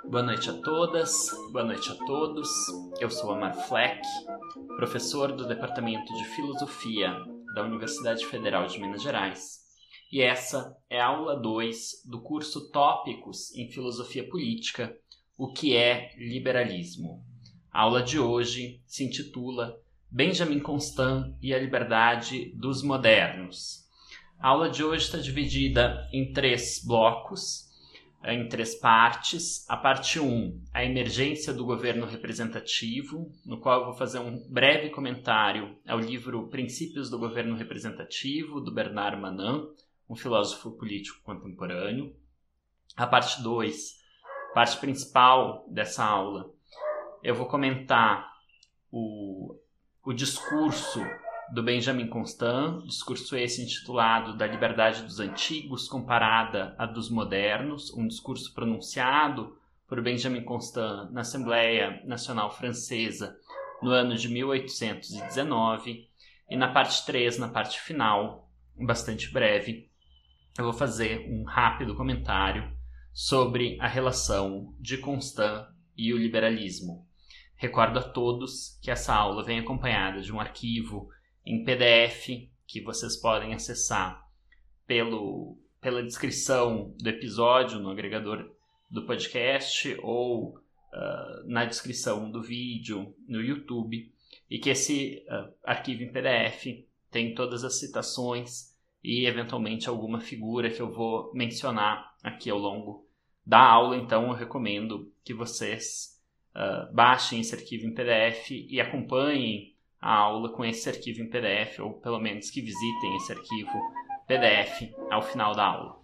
Boa noite a todas, boa noite a todos. Eu sou Amar Fleck, professor do Departamento de Filosofia da Universidade Federal de Minas Gerais. E essa é a aula 2 do curso Tópicos em Filosofia Política, o que é liberalismo. A aula de hoje se intitula Benjamin Constant e a Liberdade dos Modernos. A aula de hoje está dividida em 3 blocos, em 3 partes. A parte 1, a emergência do governo representativo, no qual eu vou fazer um breve comentário ao livro Princípios do Governo Representativo, do Bernard Manin, um filósofo político contemporâneo. A parte 2, parte principal dessa aula, eu vou comentar o discurso do Benjamin Constant, discurso esse intitulado Da Liberdade dos Antigos comparada à dos Modernos, um discurso pronunciado por Benjamin Constant na Assembleia Nacional Francesa no ano de 1819. E na parte 3, na parte final, bastante breve, eu vou fazer um rápido comentário sobre a relação de Constant e o liberalismo. Recordo a todos que essa aula vem acompanhada de um arquivo em PDF que vocês podem acessar pela descrição do episódio no agregador do podcast ou na descrição do vídeo no YouTube, e que esse arquivo em PDF tem todas as citações e eventualmente alguma figura que eu vou mencionar aqui ao longo da aula. Então eu recomendo que vocês baixem esse arquivo em PDF e acompanhem a aula com esse arquivo em PDF, ou pelo menos que visitem esse arquivo PDF ao final da aula.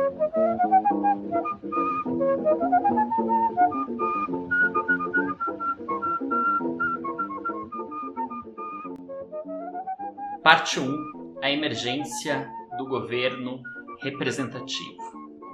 Parte 1, a emergência do governo representativo.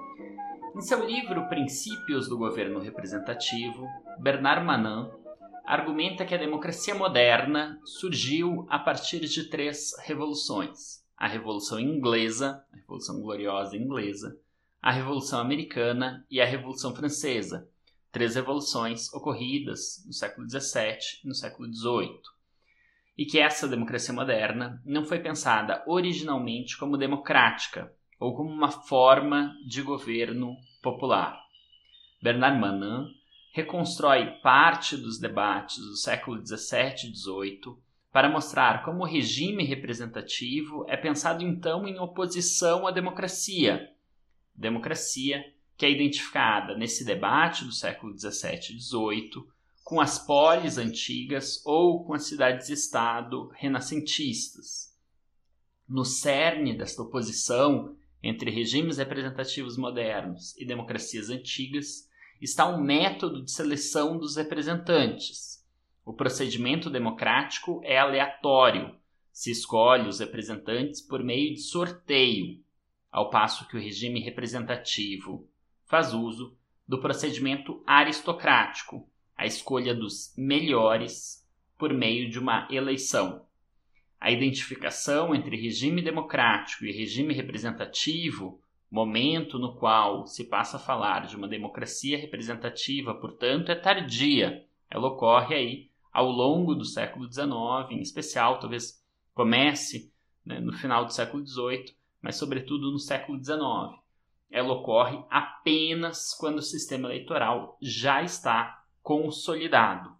Em seu livro Princípios do Governo Representativo, Bernard Manin argumenta que a democracia moderna surgiu a partir de 3 revoluções: a Revolução Inglesa, a Revolução Gloriosa Inglesa, a Revolução Americana e a Revolução Francesa, 3 revoluções ocorridas no século XVII e no século XVIII, e que essa democracia moderna não foi pensada originalmente como democrática ou como uma forma de governo popular. Bernard Manin reconstrói parte dos debates do século XVII e XVIII para mostrar como o regime representativo é pensado então em oposição à democracia. Democracia que é identificada nesse debate do século XVII e XVIII com as polis antigas ou com as cidades-estado renascentistas. No cerne desta oposição entre regimes representativos modernos e democracias antigas está um método de seleção dos representantes. O procedimento democrático é aleatório, se escolhe os representantes por meio de sorteio, ao passo que o regime representativo faz uso do procedimento aristocrático, a escolha dos melhores por meio de uma eleição. A identificação entre regime democrático e regime representativo, momento no qual se passa a falar de uma democracia representativa, portanto, é tardia. Ela ocorre aí ao longo do século XIX, em especial, talvez comece no final do século XVIII, mas sobretudo no século XIX. Ela ocorre apenas quando o sistema eleitoral já está consolidado.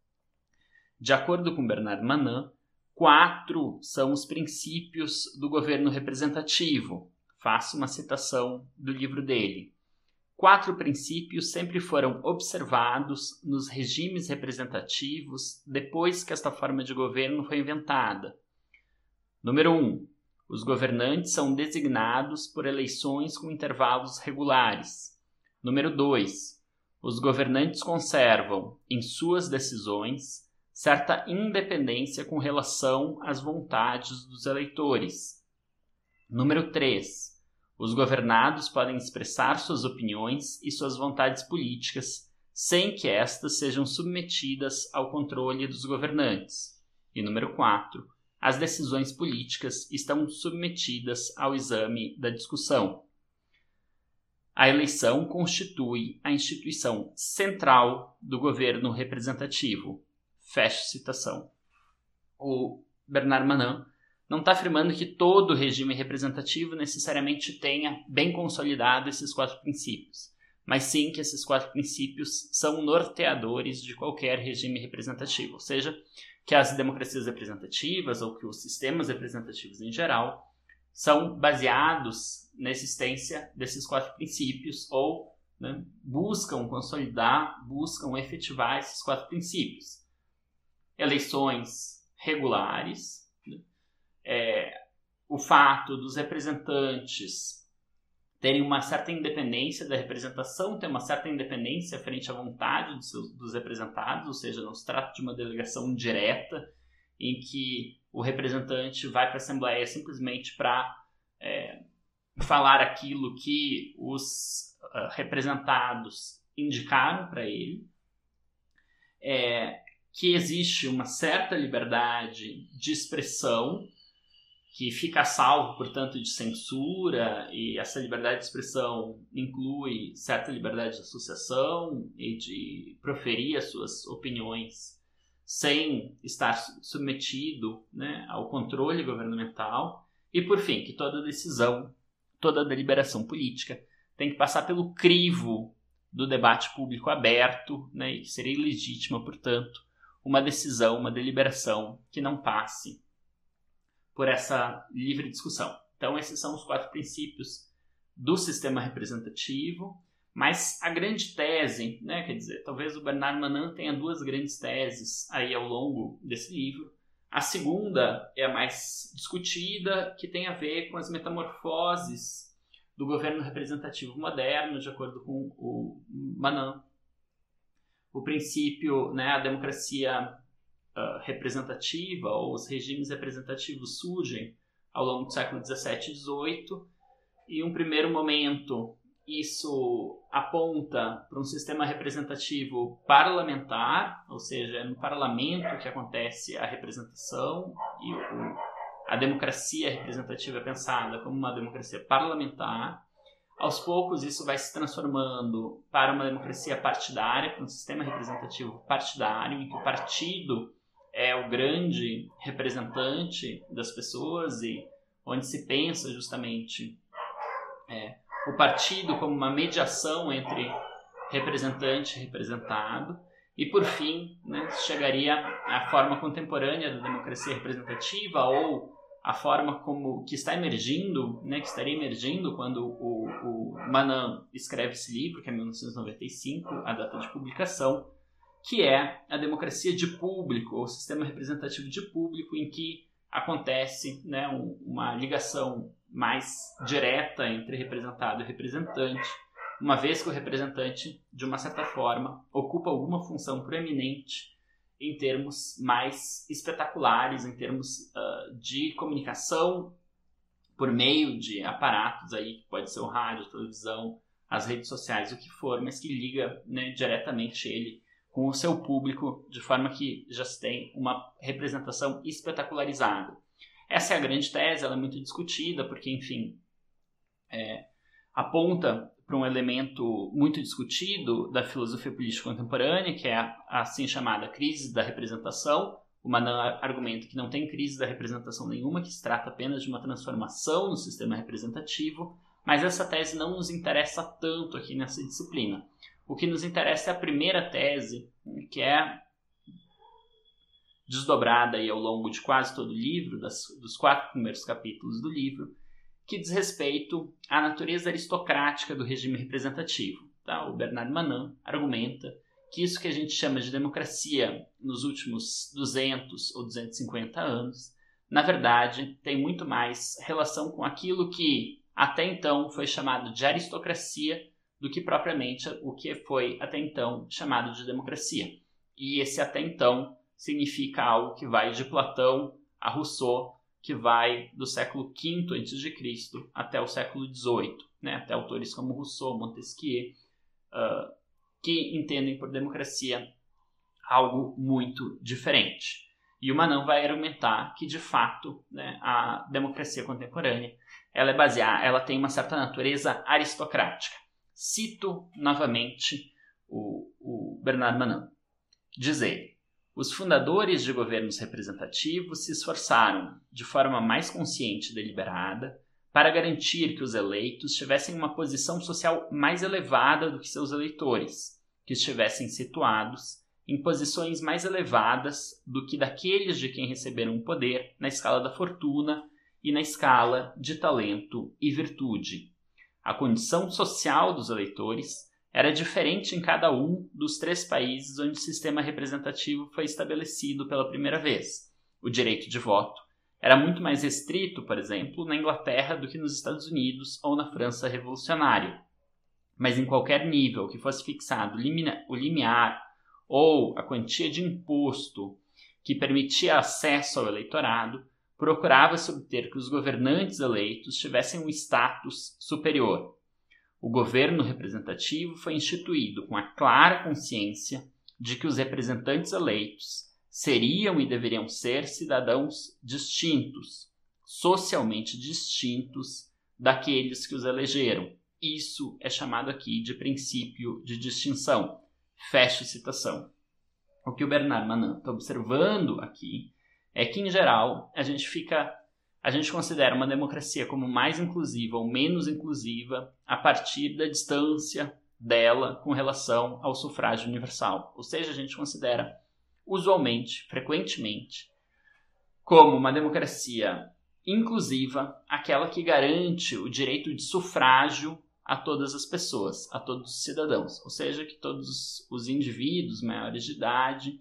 De acordo com Bernard Manin, 4 são os princípios do governo representativo. Faço uma citação do livro dele. 4 princípios sempre foram observados nos regimes representativos depois que esta forma de governo foi inventada. Número 1. Os governantes são designados por eleições com intervalos regulares. Número 2. Os governantes conservam, em suas decisões, certa independência com relação às vontades dos eleitores. Número 3. Os governados podem expressar suas opiniões e suas vontades políticas sem que estas sejam submetidas ao controle dos governantes. E número 4. As decisões políticas estão submetidas ao exame da discussão. a eleição constitui a instituição central do governo representativo. Fecha citação. O Bernard Manin não está afirmando que todo regime representativo necessariamente tenha bem consolidado esses 4 princípios, mas sim que esses 4 princípios são norteadores de qualquer regime representativo, ou seja, que as democracias representativas ou que os sistemas representativos em geral são baseados na existência desses 4 princípios ou, né, buscam consolidar, buscam efetivar esses 4 princípios. Eleições regulares, o fato dos representantes terem uma certa independência da representação, ter uma certa independência frente à vontade dos representados, ou seja, não se trata de uma delegação direta em que o representante vai para a Assembleia simplesmente para falar aquilo que os representados indicaram para ele, que existe uma certa liberdade de expressão que fica a salvo, portanto, de censura, e essa liberdade de expressão inclui certa liberdade de associação e de proferir as suas opiniões sem estar submetido, né, ao controle governamental, e, por fim, que toda decisão, toda deliberação política tem que passar pelo crivo do debate público aberto, né, e que seria ilegítima, portanto, uma decisão, uma deliberação que não passe por essa livre discussão. Então, esses são os 4 princípios do sistema representativo, mas a grande tese, né, quer dizer, talvez o Bernard Manin tenha 2 grandes teses aí ao longo desse livro. A segunda é a mais discutida, que tem a ver com as metamorfoses do governo representativo moderno, de acordo com o Manin. O princípio, né, a democracia representativa, ou os regimes representativos surgem ao longo do século XVII e XVIII, e em um primeiro momento isso aponta para um sistema representativo parlamentar, ou seja, é no parlamento que acontece a representação, e a democracia representativa é pensada como uma democracia parlamentar. Aos poucos isso vai se transformando para uma democracia partidária, para um sistema representativo partidário, em que o partido é o grande representante das pessoas e onde se pensa justamente o partido como uma mediação entre representante e representado. E, por fim, né, chegaria à forma contemporânea da democracia representativa, ou a forma como que está emergindo, né, que estaria emergindo quando o Manin escreve esse livro, que é 1995, a data de publicação, que é a democracia de público, ou sistema representativo de público, em que acontece, né, uma ligação mais direta entre representado e representante, uma vez que o representante, de uma certa forma, ocupa alguma função proeminente em termos mais espetaculares, em termos de comunicação por meio de aparatos, aí, que pode ser o rádio, a televisão, as redes sociais, o que for, mas que liga, né, diretamente ele com o seu público, de forma que já se tem uma representação espetacularizada. Essa é a grande tese, ela é muito discutida, porque, enfim, aponta para um elemento muito discutido da filosofia política contemporânea, que é a assim chamada crise da representação. O Manin argumenta que não tem crise da representação nenhuma, que se trata apenas de uma transformação no sistema representativo, mas essa tese não nos interessa tanto aqui nessa disciplina. O que nos interessa é a primeira tese, que é desdobrada aí ao longo de quase todo o livro, dos 4 primeiros capítulos do livro, que diz respeito à natureza aristocrática do regime representativo. Tá? O Bernard Manin argumenta que isso que a gente chama de democracia nos últimos 200 ou 250 anos, na verdade, tem muito mais relação com aquilo que até então foi chamado de aristocracia do que propriamente o que foi até então chamado de democracia. E esse até então significa algo que vai de Platão a Rousseau, que vai do século V a.C. até o século XVIII, né? Até autores como Rousseau, Montesquieu, que entendem por democracia algo muito diferente. E o Manin vai argumentar que, de fato, né, a democracia contemporânea ela tem uma certa natureza aristocrática. Cito novamente o Bernard Manin. Diz ele: os fundadores de governos representativos se esforçaram, de forma mais consciente e deliberada, para garantir que os eleitos tivessem uma posição social mais elevada do que seus eleitores, que estivessem situados em posições mais elevadas do que daqueles de quem receberam o poder na escala da fortuna e na escala de talento e virtude. A condição social dos eleitores era diferente em cada um dos 3 países onde o sistema representativo foi estabelecido pela primeira vez. O direito de voto era muito mais restrito, por exemplo, na Inglaterra do que nos Estados Unidos ou na França revolucionária. Mas em qualquer nível que fosse fixado o limiar ou a quantia de imposto que permitia acesso ao eleitorado, procurava-se obter que os governantes eleitos tivessem um status superior. O governo representativo foi instituído com a clara consciência de que os representantes eleitos seriam e deveriam ser cidadãos distintos, socialmente distintos daqueles que os elegeram. Isso é chamado aqui de princípio de distinção. Fecho citação. O que o Bernard Manin está observando aqui é que, em geral, a gente considera uma democracia como mais inclusiva ou menos inclusiva a partir da distância dela com relação ao sufrágio universal. Ou seja, a gente considera usualmente, frequentemente, como uma democracia inclusiva aquela que garante o direito de sufrágio a todas as pessoas, a todos os cidadãos. Ou seja, que todos os indivíduos maiores de idade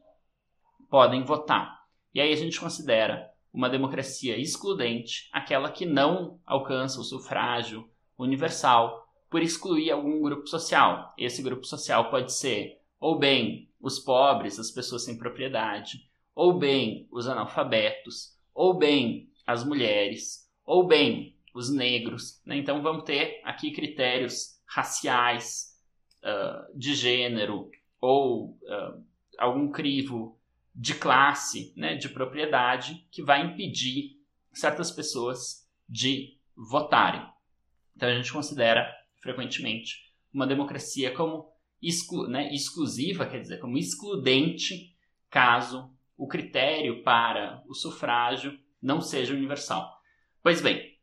podem votar. E aí a gente considera uma democracia excludente aquela que não alcança o sufrágio universal por excluir algum grupo social. Esse grupo social pode ser ou bem os pobres, as pessoas sem propriedade, ou bem os analfabetos, ou bem as mulheres, ou bem os negros. Né? Então vamos ter aqui critérios raciais, de gênero, ou algum crivo de classe, né, de propriedade, que vai impedir certas pessoas de votarem. Então a gente considera frequentemente uma democracia como exclusiva, quer dizer, como excludente, caso o critério para o sufrágio não seja universal. Pois bem,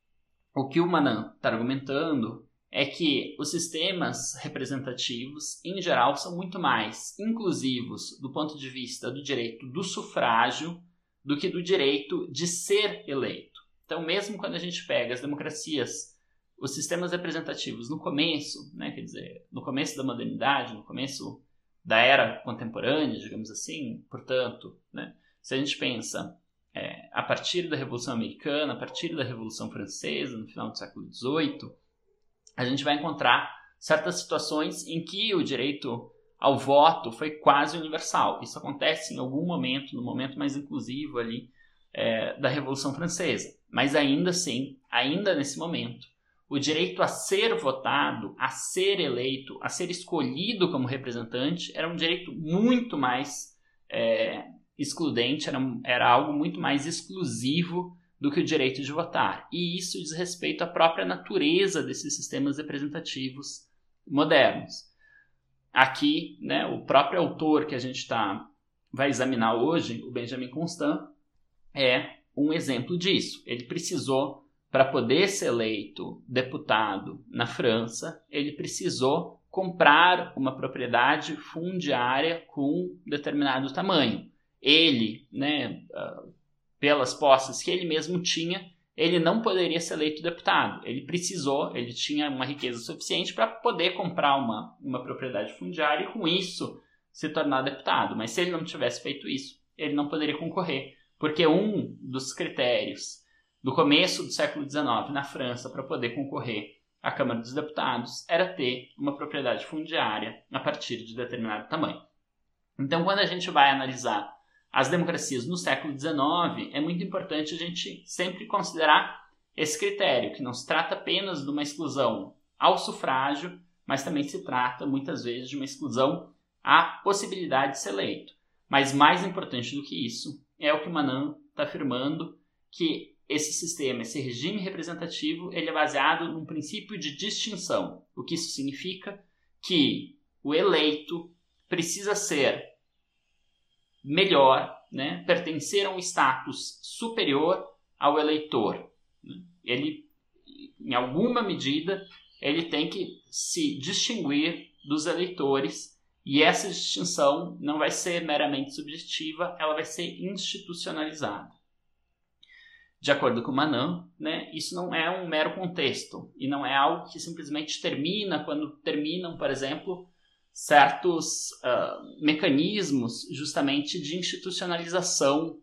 o que o Manin está argumentando é que os sistemas representativos, em geral, são muito mais inclusivos do ponto de vista do direito do sufrágio do que do direito de ser eleito. Então, mesmo quando a gente pega as democracias, os sistemas representativos no começo, né, quer dizer, no começo da modernidade, no começo da era contemporânea, digamos assim, portanto, né, se a gente pensa a partir da Revolução Americana, a partir da Revolução Francesa, no final do século XVIII, a gente vai encontrar certas situações em que o direito ao voto foi quase universal. Isso acontece em algum momento, no momento mais inclusivo ali da Revolução Francesa. Mas ainda assim, ainda nesse momento, o direito a ser votado, a ser eleito, a ser escolhido como representante era um direito muito mais excludente, era algo muito mais exclusivo do que o direito de votar. E isso diz respeito à própria natureza desses sistemas representativos modernos. Aqui, né, o próprio autor que a gente vai examinar hoje, o Benjamin Constant, é um exemplo disso. Ele precisou, para poder ser eleito deputado na França, ele precisou comprar uma propriedade fundiária com determinado tamanho. Ele, né, pelas posses que ele mesmo tinha, ele não poderia ser eleito deputado. Ele tinha uma riqueza suficiente para poder comprar uma propriedade fundiária e com isso se tornar deputado. Mas se ele não tivesse feito isso, ele não poderia concorrer, porque um dos critérios do começo do século XIX na França para poder concorrer à Câmara dos Deputados era ter uma propriedade fundiária a partir de determinado tamanho. Então, quando a gente vai analisar as democracias no século XIX, é muito importante a gente sempre considerar esse critério, que não se trata apenas de uma exclusão ao sufrágio, mas também se trata, muitas vezes, de uma exclusão à possibilidade de ser eleito. Mas mais importante do que isso, é o que Manin está afirmando, que esse sistema, esse regime representativo, ele é baseado num princípio de distinção. O que isso significa? Que o eleito precisa ser melhor, né? Pertencer a um status superior ao eleitor. Ele, em alguma medida, ele tem que se distinguir dos eleitores, e essa distinção não vai ser meramente subjetiva, ela vai ser institucionalizada. De acordo com Manan, né, isso não é um mero contexto, e não é algo que simplesmente termina quando terminam, por exemplo, certos mecanismos justamente de institucionalização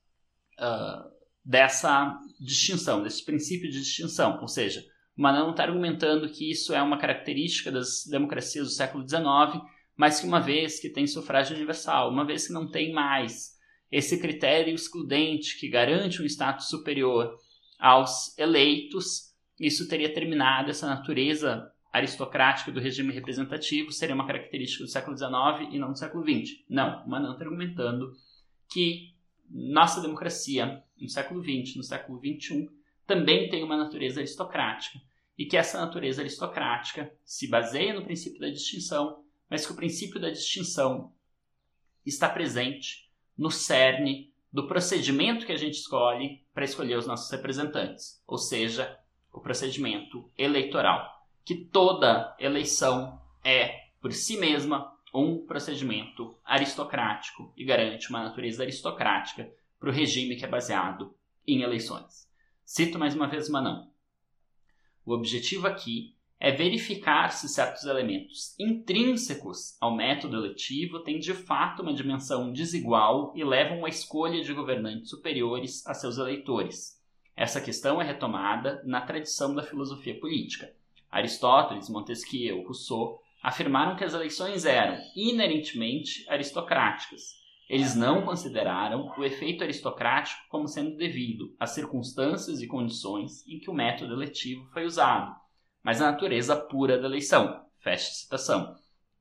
dessa distinção, desse princípio de distinção. Ou seja, Manan não está argumentando que isso é uma característica das democracias do século XIX, mas que uma vez que tem sufrágio universal, uma vez que não tem mais esse critério excludente que garante um status superior aos eleitos, isso teria terminado, essa natureza aristocrática do regime representativo seria uma característica do século XIX e não do século XX. Não, Manan está argumentando que nossa democracia no século XX, no século XXI, também tem uma natureza aristocrática, e que essa natureza aristocrática se baseia no princípio da distinção, mas que o princípio da distinção está presente no cerne do procedimento que a gente escolhe para escolher os nossos representantes, ou seja, o procedimento eleitoral, que toda eleição é, por si mesma, um procedimento aristocrático e garante uma natureza aristocrática para o regime que é baseado em eleições. Cito mais uma vez Manan. O objetivo aqui é verificar se certos elementos intrínsecos ao método eletivo têm de fato uma dimensão desigual e levam à escolha de governantes superiores a seus eleitores. Essa questão é retomada na tradição da filosofia política. Aristóteles, Montesquieu, Rousseau afirmaram que as eleições eram inerentemente aristocráticas. Eles não consideraram o efeito aristocrático como sendo devido às circunstâncias e condições em que o método eletivo foi usado, mas a natureza pura da eleição. Fecha a citação.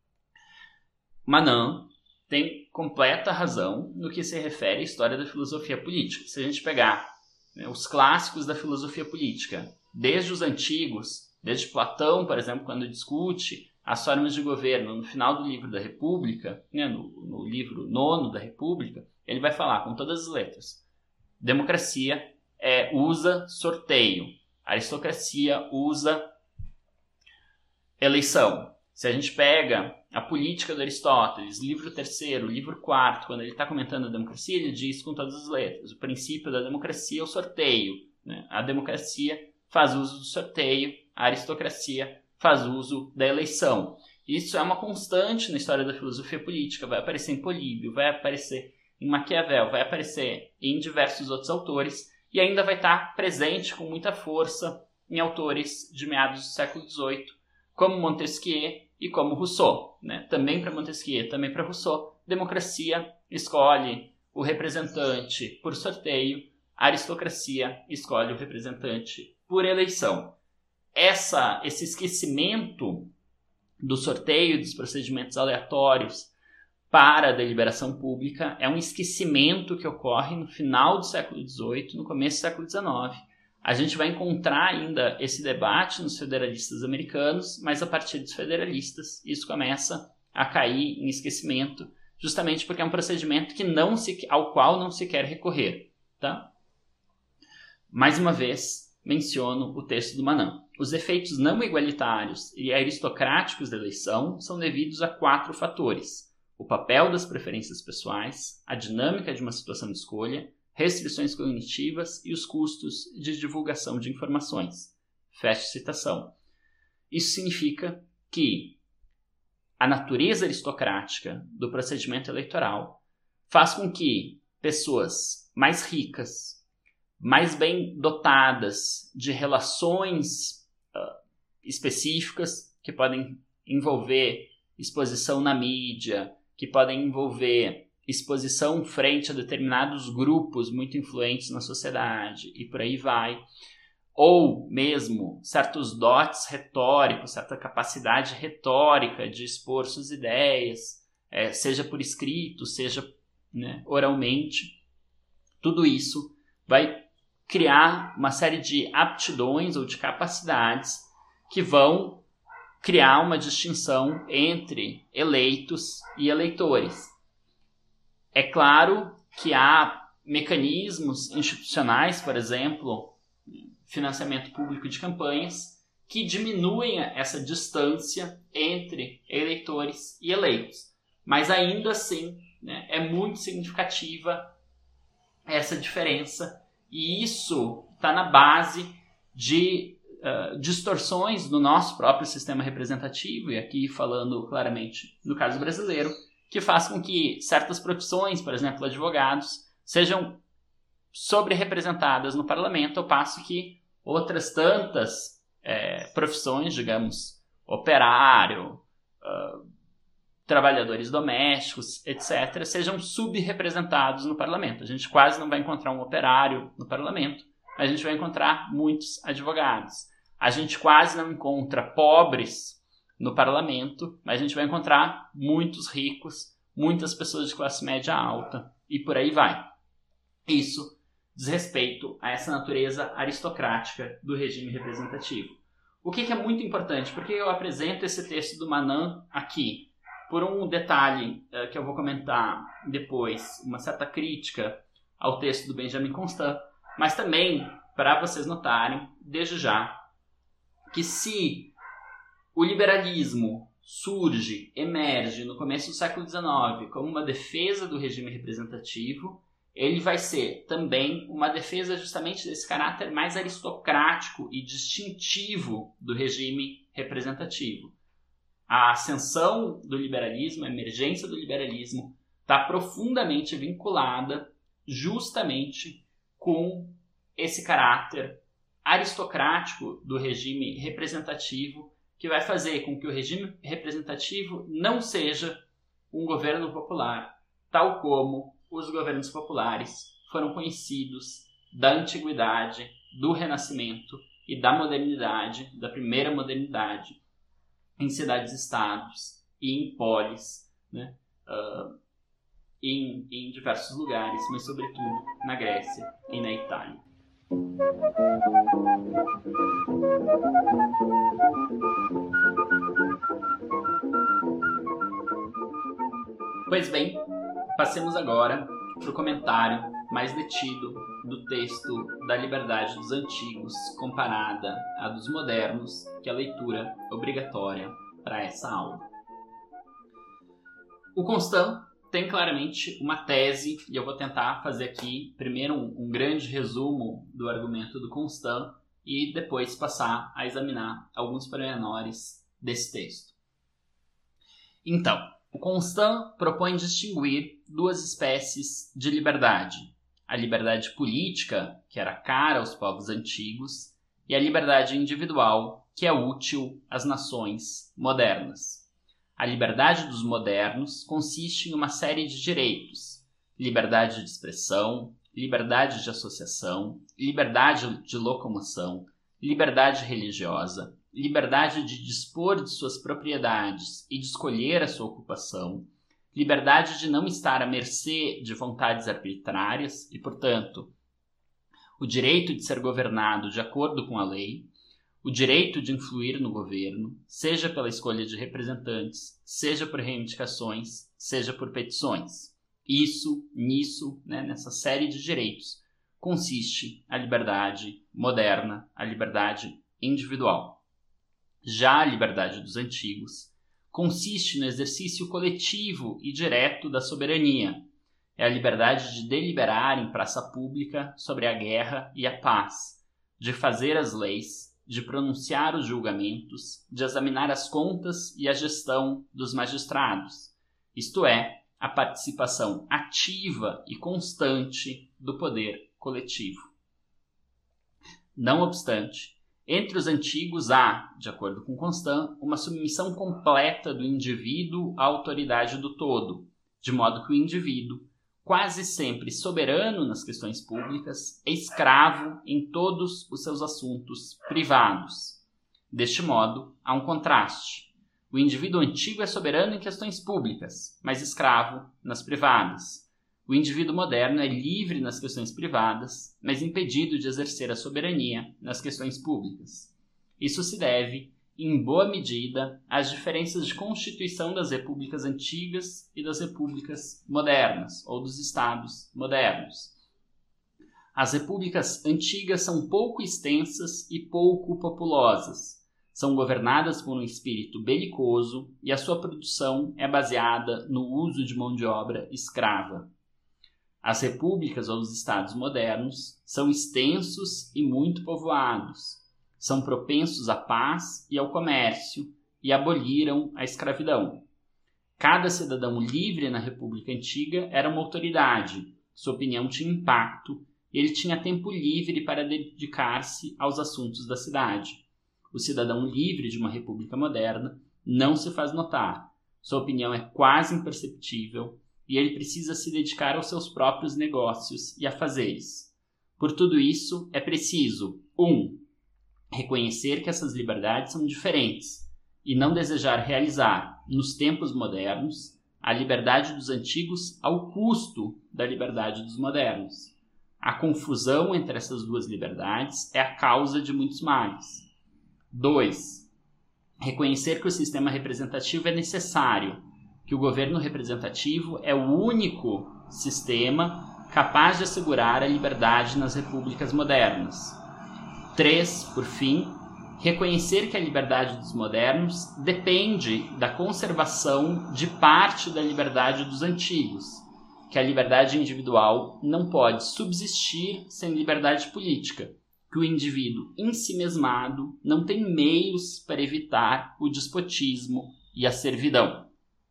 Manan tem completa razão no que se refere à história da filosofia política. Se a gente pegar os clássicos da filosofia política, desde os antigos, desde Platão, por exemplo, quando discute as formas de governo no final do livro da República, né, no livro 9º da República, ele vai falar com todas as letras. Democracia usa sorteio, aristocracia usa eleição. Se a gente pega a política do Aristóteles, livro 3º, livro 4º, quando ele está comentando a democracia, ele diz com todas as letras, o princípio da democracia é o sorteio, né? A democracia faz uso do sorteio, a aristocracia faz uso da eleição. Isso é uma constante na história da filosofia política, vai aparecer em Políbio, vai aparecer em Maquiavel, vai aparecer em diversos outros autores, e ainda vai estar presente com muita força em autores de meados do século XVIII, como Montesquieu e como Rousseau, né? Também para Montesquieu, também para Rousseau, democracia escolhe o representante por sorteio, a aristocracia escolhe o representante por eleição. Esse esquecimento do sorteio, dos procedimentos aleatórios para a deliberação pública é um esquecimento que ocorre no final do século XVIII, no começo do século XIX. A gente vai encontrar ainda esse debate nos federalistas americanos, mas a partir dos federalistas isso começa a cair em esquecimento, justamente porque é um procedimento ao qual não se quer recorrer. Tá? Mais uma vez, menciono o texto do Manan. Os efeitos não igualitários e aristocráticos da eleição são devidos a 4 fatores: o papel das preferências pessoais, a dinâmica de uma situação de escolha, restrições cognitivas e os custos de divulgação de informações. Fecha citação. Isso significa que a natureza aristocrática do procedimento eleitoral faz com que pessoas mais ricas, mais bem dotadas de relações específicas, que podem envolver exposição na mídia, que podem envolver exposição frente a determinados grupos muito influentes na sociedade e por aí vai, ou mesmo certos dotes retóricos, certa capacidade retórica de expor suas ideias, seja por escrito, seja, né, oralmente, tudo isso vai criar uma série de aptidões ou de capacidades que vão criar uma distinção entre eleitos e eleitores. É claro que há mecanismos institucionais, por exemplo, financiamento público de campanhas, que diminuem essa distância entre eleitores e eleitos. Mas ainda assim, né, é muito significativa essa diferença, e isso está na base de distorções no nosso próprio sistema representativo, e aqui falando claramente no caso brasileiro, que faz com que certas profissões, por exemplo, advogados, sejam sobre-representadas no parlamento, ao passo que outras tantas profissões, digamos, operário, trabalhadores domésticos, etc., sejam subrepresentados no parlamento. A gente quase não vai encontrar um operário no parlamento, mas a gente vai encontrar muitos advogados. A gente quase não encontra pobres no parlamento, mas a gente vai encontrar muitos ricos, muitas pessoas de classe média alta, e por aí vai. Isso diz respeito a essa natureza aristocrática do regime representativo. O que é muito importante? Porque eu apresento esse texto do Manan aqui? Por um detalhe que eu vou comentar depois, uma certa crítica ao texto do Benjamin Constant, mas também para vocês notarem, desde já, que se o liberalismo surge, emerge no começo do século XIX como uma defesa do regime representativo, ele vai ser também uma defesa justamente desse caráter mais aristocrático e distintivo do regime representativo. A ascensão do liberalismo, a emergência do liberalismo, está profundamente vinculada justamente com esse caráter aristocrático do regime representativo, que vai fazer com que o regime representativo não seja um governo popular, tal como os governos populares foram conhecidos da antiguidade, do Renascimento e da modernidade, da primeira modernidade, em cidades-estados e em polis, né? Em diversos lugares, mas sobretudo na Grécia e na Itália. Pois bem, passemos agora para o comentário mais detido do texto da Liberdade dos Antigos comparada à dos modernos, que é a leitura obrigatória para essa aula. O Constant tem claramente uma tese, e eu vou tentar fazer aqui primeiro um grande resumo do argumento do Constant e depois passar a examinar alguns pormenores desse texto. Então, o Constant propõe distinguir duas espécies de liberdade: a liberdade política, que era cara aos povos antigos, e a liberdade individual, que é útil às nações modernas. A liberdade dos modernos consiste em uma série de direitos: liberdade de expressão, liberdade de associação, liberdade de locomoção, liberdade religiosa, liberdade de dispor de suas propriedades e de escolher a sua ocupação, liberdade de não estar à mercê de vontades arbitrárias e, portanto, o direito de ser governado de acordo com a lei, o direito de influir no governo, seja pela escolha de representantes, seja por reivindicações, seja por petições. Nisso, nessa série de direitos, consiste a liberdade moderna, a liberdade individual. Já a liberdade dos antigos consiste no exercício coletivo e direto da soberania. É a liberdade de deliberar em praça pública sobre a guerra e a paz, de fazer as leis, de pronunciar os julgamentos, de examinar as contas e a gestão dos magistrados, isto é, a participação ativa e constante do poder coletivo. Não obstante, entre os antigos há, de acordo com Constant, uma submissão completa do indivíduo à autoridade do todo, de modo que o indivíduo, quase sempre soberano nas questões públicas, é escravo em todos os seus assuntos privados. Deste modo, há um contraste. O indivíduo antigo é soberano em questões públicas, mas escravo nas privadas. o indivíduo moderno é livre nas questões privadas, mas impedido de exercer a soberania nas questões públicas. Isso se deve, em boa medida, às diferenças de constituição das repúblicas antigas e das repúblicas modernas, ou dos estados modernos. As repúblicas antigas são pouco extensas e pouco populosas. São governadas por um espírito belicoso e a sua produção é baseada no uso de mão de obra escrava. As repúblicas ou os estados modernos são extensos e muito povoados. São propensos à paz e ao comércio e aboliram a escravidão. Cada cidadão livre na República Antiga era uma autoridade, sua opinião tinha impacto e ele tinha tempo livre para dedicar-se aos assuntos da cidade. O cidadão livre de uma república moderna não se faz notar, sua opinião é quase imperceptível e ele precisa se dedicar aos seus próprios negócios e afazeres. Por tudo isso, é preciso 1. Reconhecer que essas liberdades são diferentes e não desejar realizar, nos tempos modernos, a liberdade dos antigos ao custo da liberdade dos modernos. A confusão entre essas duas liberdades é a causa de muitos males. 2. Reconhecer que o sistema representativo é necessário, que o governo representativo é o único sistema capaz de assegurar a liberdade nas repúblicas modernas. 3. Por fim, reconhecer que a liberdade dos modernos depende da conservação de parte da liberdade dos antigos, que a liberdade individual não pode subsistir sem liberdade política, que o indivíduo ensimesmado não tem meios para evitar o despotismo e a servidão.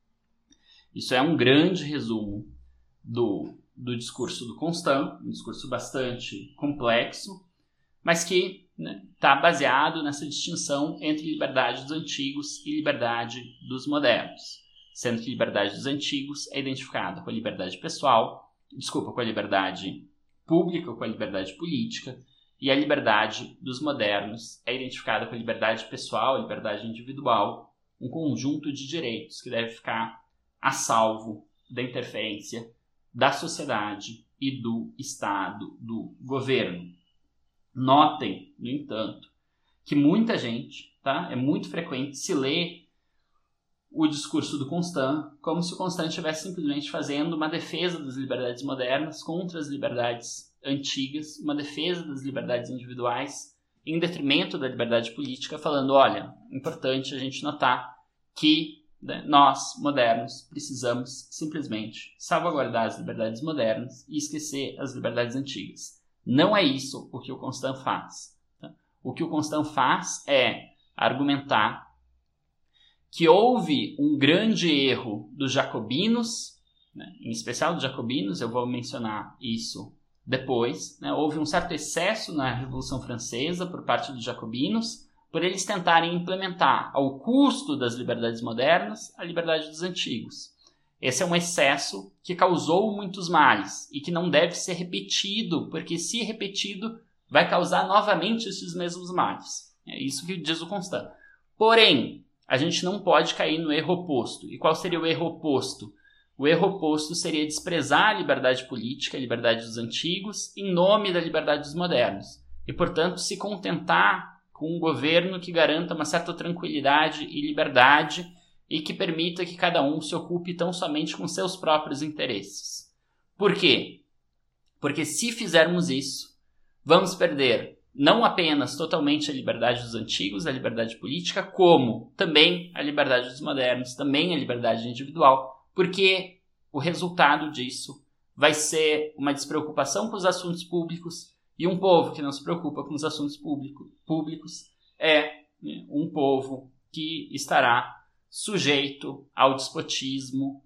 Isso é um grande resumo do discurso do Constant, um discurso bastante complexo, mas que está baseado nessa distinção entre liberdade dos antigos e liberdade dos modernos, sendo que liberdade dos antigos é identificada com a liberdade pessoal, com a liberdade pública, com a liberdade política, e a liberdade dos modernos é identificada com a liberdade pessoal, a liberdade individual, um conjunto de direitos que deve ficar a salvo da interferência da sociedade e do Estado, do governo. Notem, no entanto, que muita gente, é muito frequente se ler o discurso do Constant como se o Constant estivesse simplesmente fazendo uma defesa das liberdades modernas contra as liberdades antigas, uma defesa das liberdades individuais em detrimento da liberdade política, falando, olha, é importante a gente notar que nós, modernos, precisamos simplesmente salvaguardar as liberdades modernas e esquecer as liberdades antigas. Não é isso o que o Constant faz. O que o Constant faz é argumentar que houve um grande erro dos jacobinos, em especial dos jacobinos, eu vou mencionar isso depois. Houve um certo excesso na Revolução Francesa por parte dos jacobinos, por eles tentarem implementar, ao custo das liberdades modernas, a liberdade dos antigos. Esse é um excesso que causou muitos males e que não deve ser repetido, porque se repetido, vai causar novamente esses mesmos males. É isso que diz o Constant. Porém, a gente não pode cair no erro oposto. E qual seria o erro oposto? O erro oposto seria desprezar a liberdade política, a liberdade dos antigos, em nome da liberdade dos modernos. E, portanto, se contentar com um governo que garanta uma certa tranquilidade e liberdade e que permita que cada um se ocupe tão somente com seus próprios interesses. Por quê? Porque se fizermos isso, vamos perder não apenas totalmente a liberdade dos antigos, a liberdade política, como também a liberdade dos modernos, também a liberdade individual, porque o resultado disso vai ser uma despreocupação com os assuntos públicos, e um povo que não se preocupa com os assuntos públicos é um povo que estará sujeito ao despotismo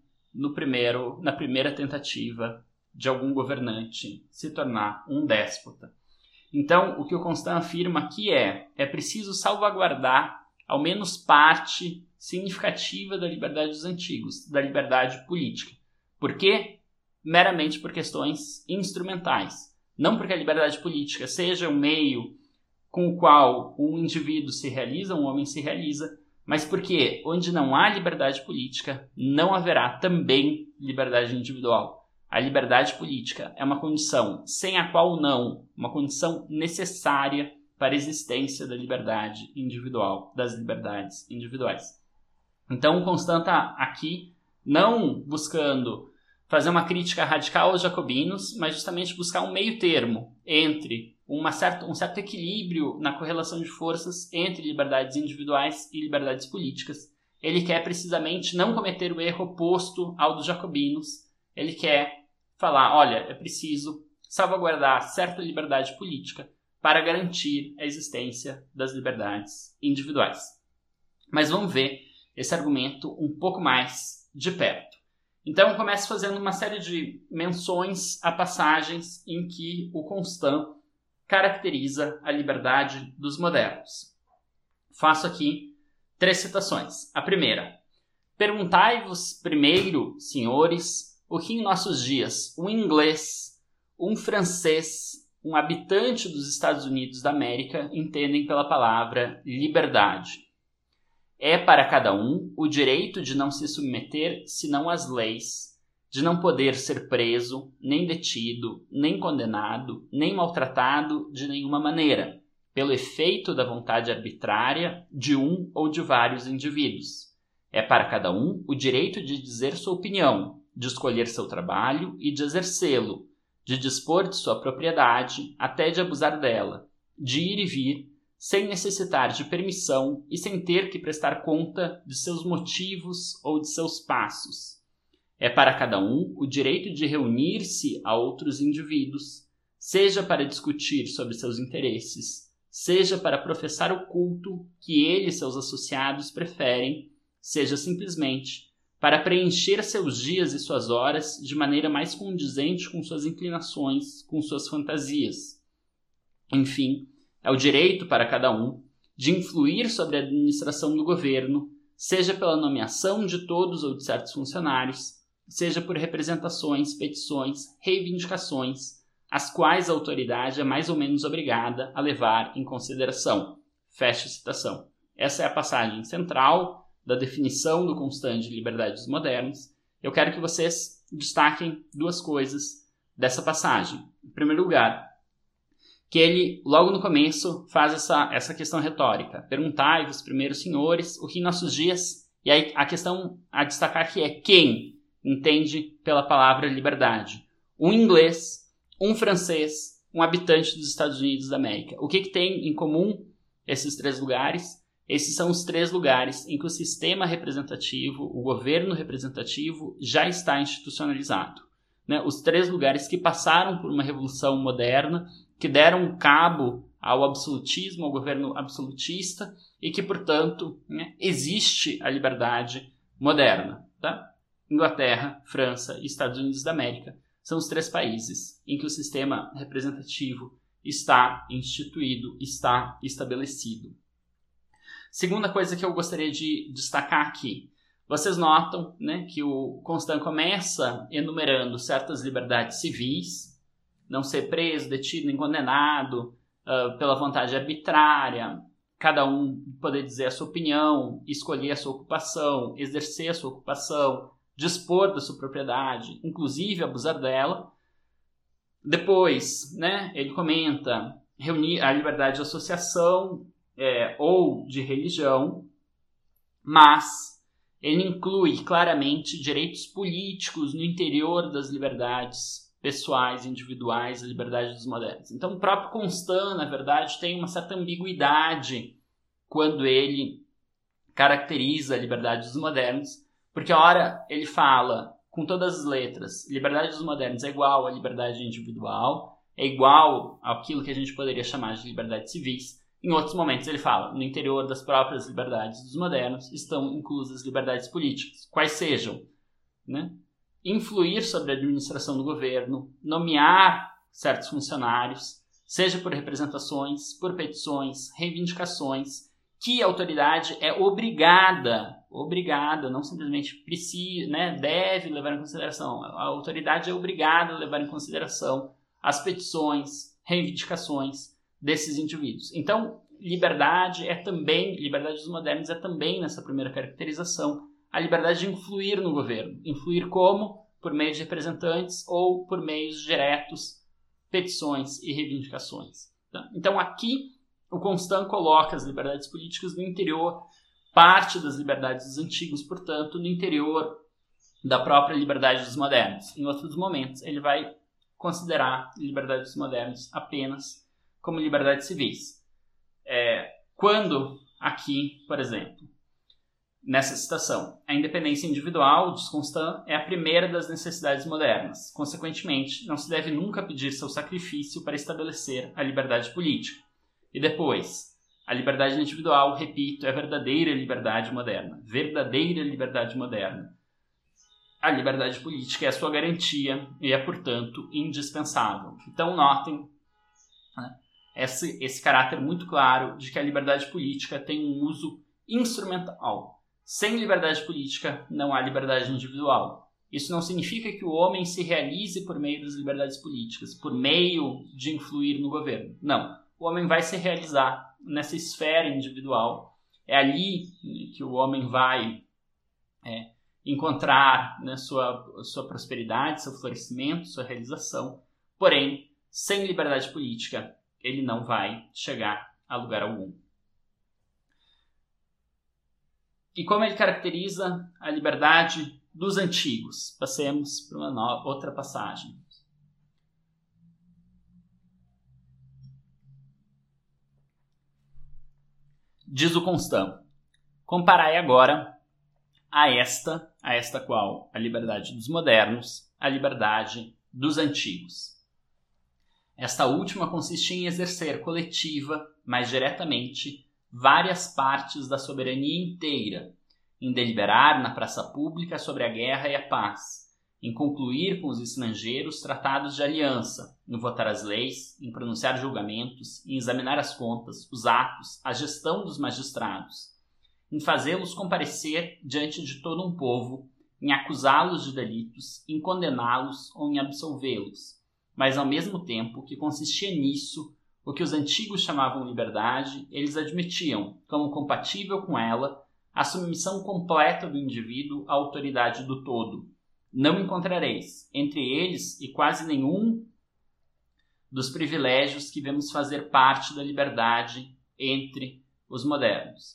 na primeira tentativa de algum governante se tornar um déspota. Então, o que o Constant afirma aqui é preciso salvaguardar ao menos parte significativa da liberdade dos antigos, da liberdade política. Por quê? Meramente por questões instrumentais. Não porque a liberdade política seja um meio com o qual um indivíduo se realiza, um homem se realiza, mas porque onde não há liberdade política, não haverá também liberdade individual. A liberdade política é uma condição sem a qual não, uma condição necessária para a existência da liberdade individual, das liberdades individuais. Então, Constant está aqui não buscando fazer uma crítica radical aos jacobinos, mas justamente buscar um meio termo entre um certo equilíbrio na correlação de forças entre liberdades individuais e liberdades políticas. Ele quer precisamente não cometer o erro oposto ao dos jacobinos. Ele quer falar, olha, é preciso salvaguardar certa liberdade política para garantir a existência das liberdades individuais. Mas vamos ver esse argumento um pouco mais de perto. Então, eu começo fazendo uma série de menções a passagens em que o Constant caracteriza a liberdade dos modernos. Faço aqui 3 citações. A primeira: perguntai-vos primeiro, senhores, o que em nossos dias um inglês, um francês, um habitante dos Estados Unidos da América entendem pela palavra liberdade. É para cada um o direito de não se submeter senão às leis, de não poder ser preso, nem detido, nem condenado, nem maltratado de nenhuma maneira, pelo efeito da vontade arbitrária de um ou de vários indivíduos. É para cada um o direito de dizer sua opinião, de escolher seu trabalho e de exercê-lo, de dispor de sua propriedade, até de abusar dela, de ir e vir, sem necessitar de permissão e sem ter que prestar conta de seus motivos ou de seus passos. É para cada um o direito de reunir-se a outros indivíduos, seja para discutir sobre seus interesses, seja para professar o culto que ele e seus associados preferem, seja simplesmente para preencher seus dias e suas horas de maneira mais condizente com suas inclinações, com suas fantasias. Enfim, é o direito para cada um de influir sobre a administração do governo, seja pela nomeação de todos ou de certos funcionários, seja por representações, petições, reivindicações, as quais a autoridade é mais ou menos obrigada a levar em consideração. Fecha a citação. Essa é a passagem central da definição do Constant de liberdade dos modernos. Eu quero que vocês destaquem 2 coisas dessa passagem. Em primeiro lugar, que ele, logo no começo, faz essa questão retórica. Perguntai-vos, primeiro, senhores, o que em nossos dias... E aí a questão a destacar aqui é quem entende pela palavra liberdade. Um inglês, um francês, um habitante dos Estados Unidos da América. O que tem em comum esses 3 lugares? Esses são os 3 lugares em que o sistema representativo, o governo representativo, já está institucionalizado. Né? Os 3 lugares que passaram por uma revolução moderna, que deram cabo ao absolutismo, ao governo absolutista, e que, portanto, né, existe a liberdade moderna. Tá? Inglaterra, França e Estados Unidos da América são os 3 países em que o sistema representativo está instituído, está estabelecido. Segunda coisa que eu gostaria de destacar aqui. Vocês notam, né, que o Constant começa enumerando certas liberdades civis, não ser preso, detido, nem condenado pela vontade arbitrária, cada um poder dizer a sua opinião, escolher a sua ocupação, exercer a sua ocupação, dispor da sua propriedade, inclusive abusar dela. Depois, né, ele comenta reunir a liberdade de associação ou de religião, mas ele inclui claramente direitos políticos no interior das liberdades pessoais, individuais, a liberdade dos modernos. Então, o próprio Constant, na verdade, tem uma certa ambiguidade quando ele caracteriza a liberdade dos modernos, porque, ora, ele fala com todas as letras, liberdade dos modernos é igual à liberdade individual, é igual àquilo que a gente poderia chamar de liberdades civis. Em outros momentos ele fala, no interior das próprias liberdades dos modernos estão inclusas liberdades políticas, quais sejam, né? Influir sobre a administração do governo, nomear certos funcionários, seja por representações, por petições, reivindicações, que a autoridade é obrigada, não simplesmente precisa, né, deve levar em consideração. A autoridade é obrigada a levar em consideração as petições, reivindicações desses indivíduos. Então, liberdade dos modernos é também, nessa primeira caracterização, a liberdade de influir no governo. Influir como? por meio de representantes ou por meios diretos, petições e reivindicações. Então aqui o Constant coloca as liberdades políticas no interior, parte das liberdades dos antigos, portanto, no interior da própria liberdade dos modernos. Em outros momentos, ele vai considerar liberdades dos modernos apenas como liberdades civis. Quando aqui, por exemplo, nessa citação, a independência individual, diz Constant, é a primeira das necessidades modernas. Consequentemente, não se deve nunca pedir seu sacrifício para estabelecer a liberdade política. E depois, a liberdade individual, repito, é a verdadeira liberdade moderna. Verdadeira liberdade moderna. A liberdade política é a sua garantia e é, portanto, indispensável. Então, notem, né, esse caráter muito claro de que a liberdade política tem um uso instrumental. Sem liberdade política, não há liberdade individual. Isso não significa que o homem se realize por meio das liberdades políticas, por meio de influir no governo. Não. O homem vai se realizar nessa esfera individual. É ali que o homem vai encontrar, né, sua prosperidade, seu florescimento, sua realização. Porém, sem liberdade política, ele não vai chegar a lugar algum. E como ele caracteriza a liberdade dos antigos? Passemos para uma outra passagem. Diz o Constant: comparai agora a esta qual? A liberdade dos modernos, a liberdade dos antigos. Esta última consiste em exercer coletiva, mais diretamente, várias partes da soberania inteira, em deliberar na praça pública sobre a guerra e a paz, em concluir com os estrangeiros tratados de aliança, em votar as leis, em pronunciar julgamentos, em examinar as contas, os atos, a gestão dos magistrados, em fazê-los comparecer diante de todo um povo, em acusá-los de delitos, em condená-los ou em absolvê-los, mas ao mesmo tempo que consistia nisso, o que os antigos chamavam liberdade, eles admitiam, como compatível com ela, a submissão completa do indivíduo à autoridade do todo. Não encontrareis, entre eles e quase nenhum dos privilégios que vemos fazer parte da liberdade entre os modernos.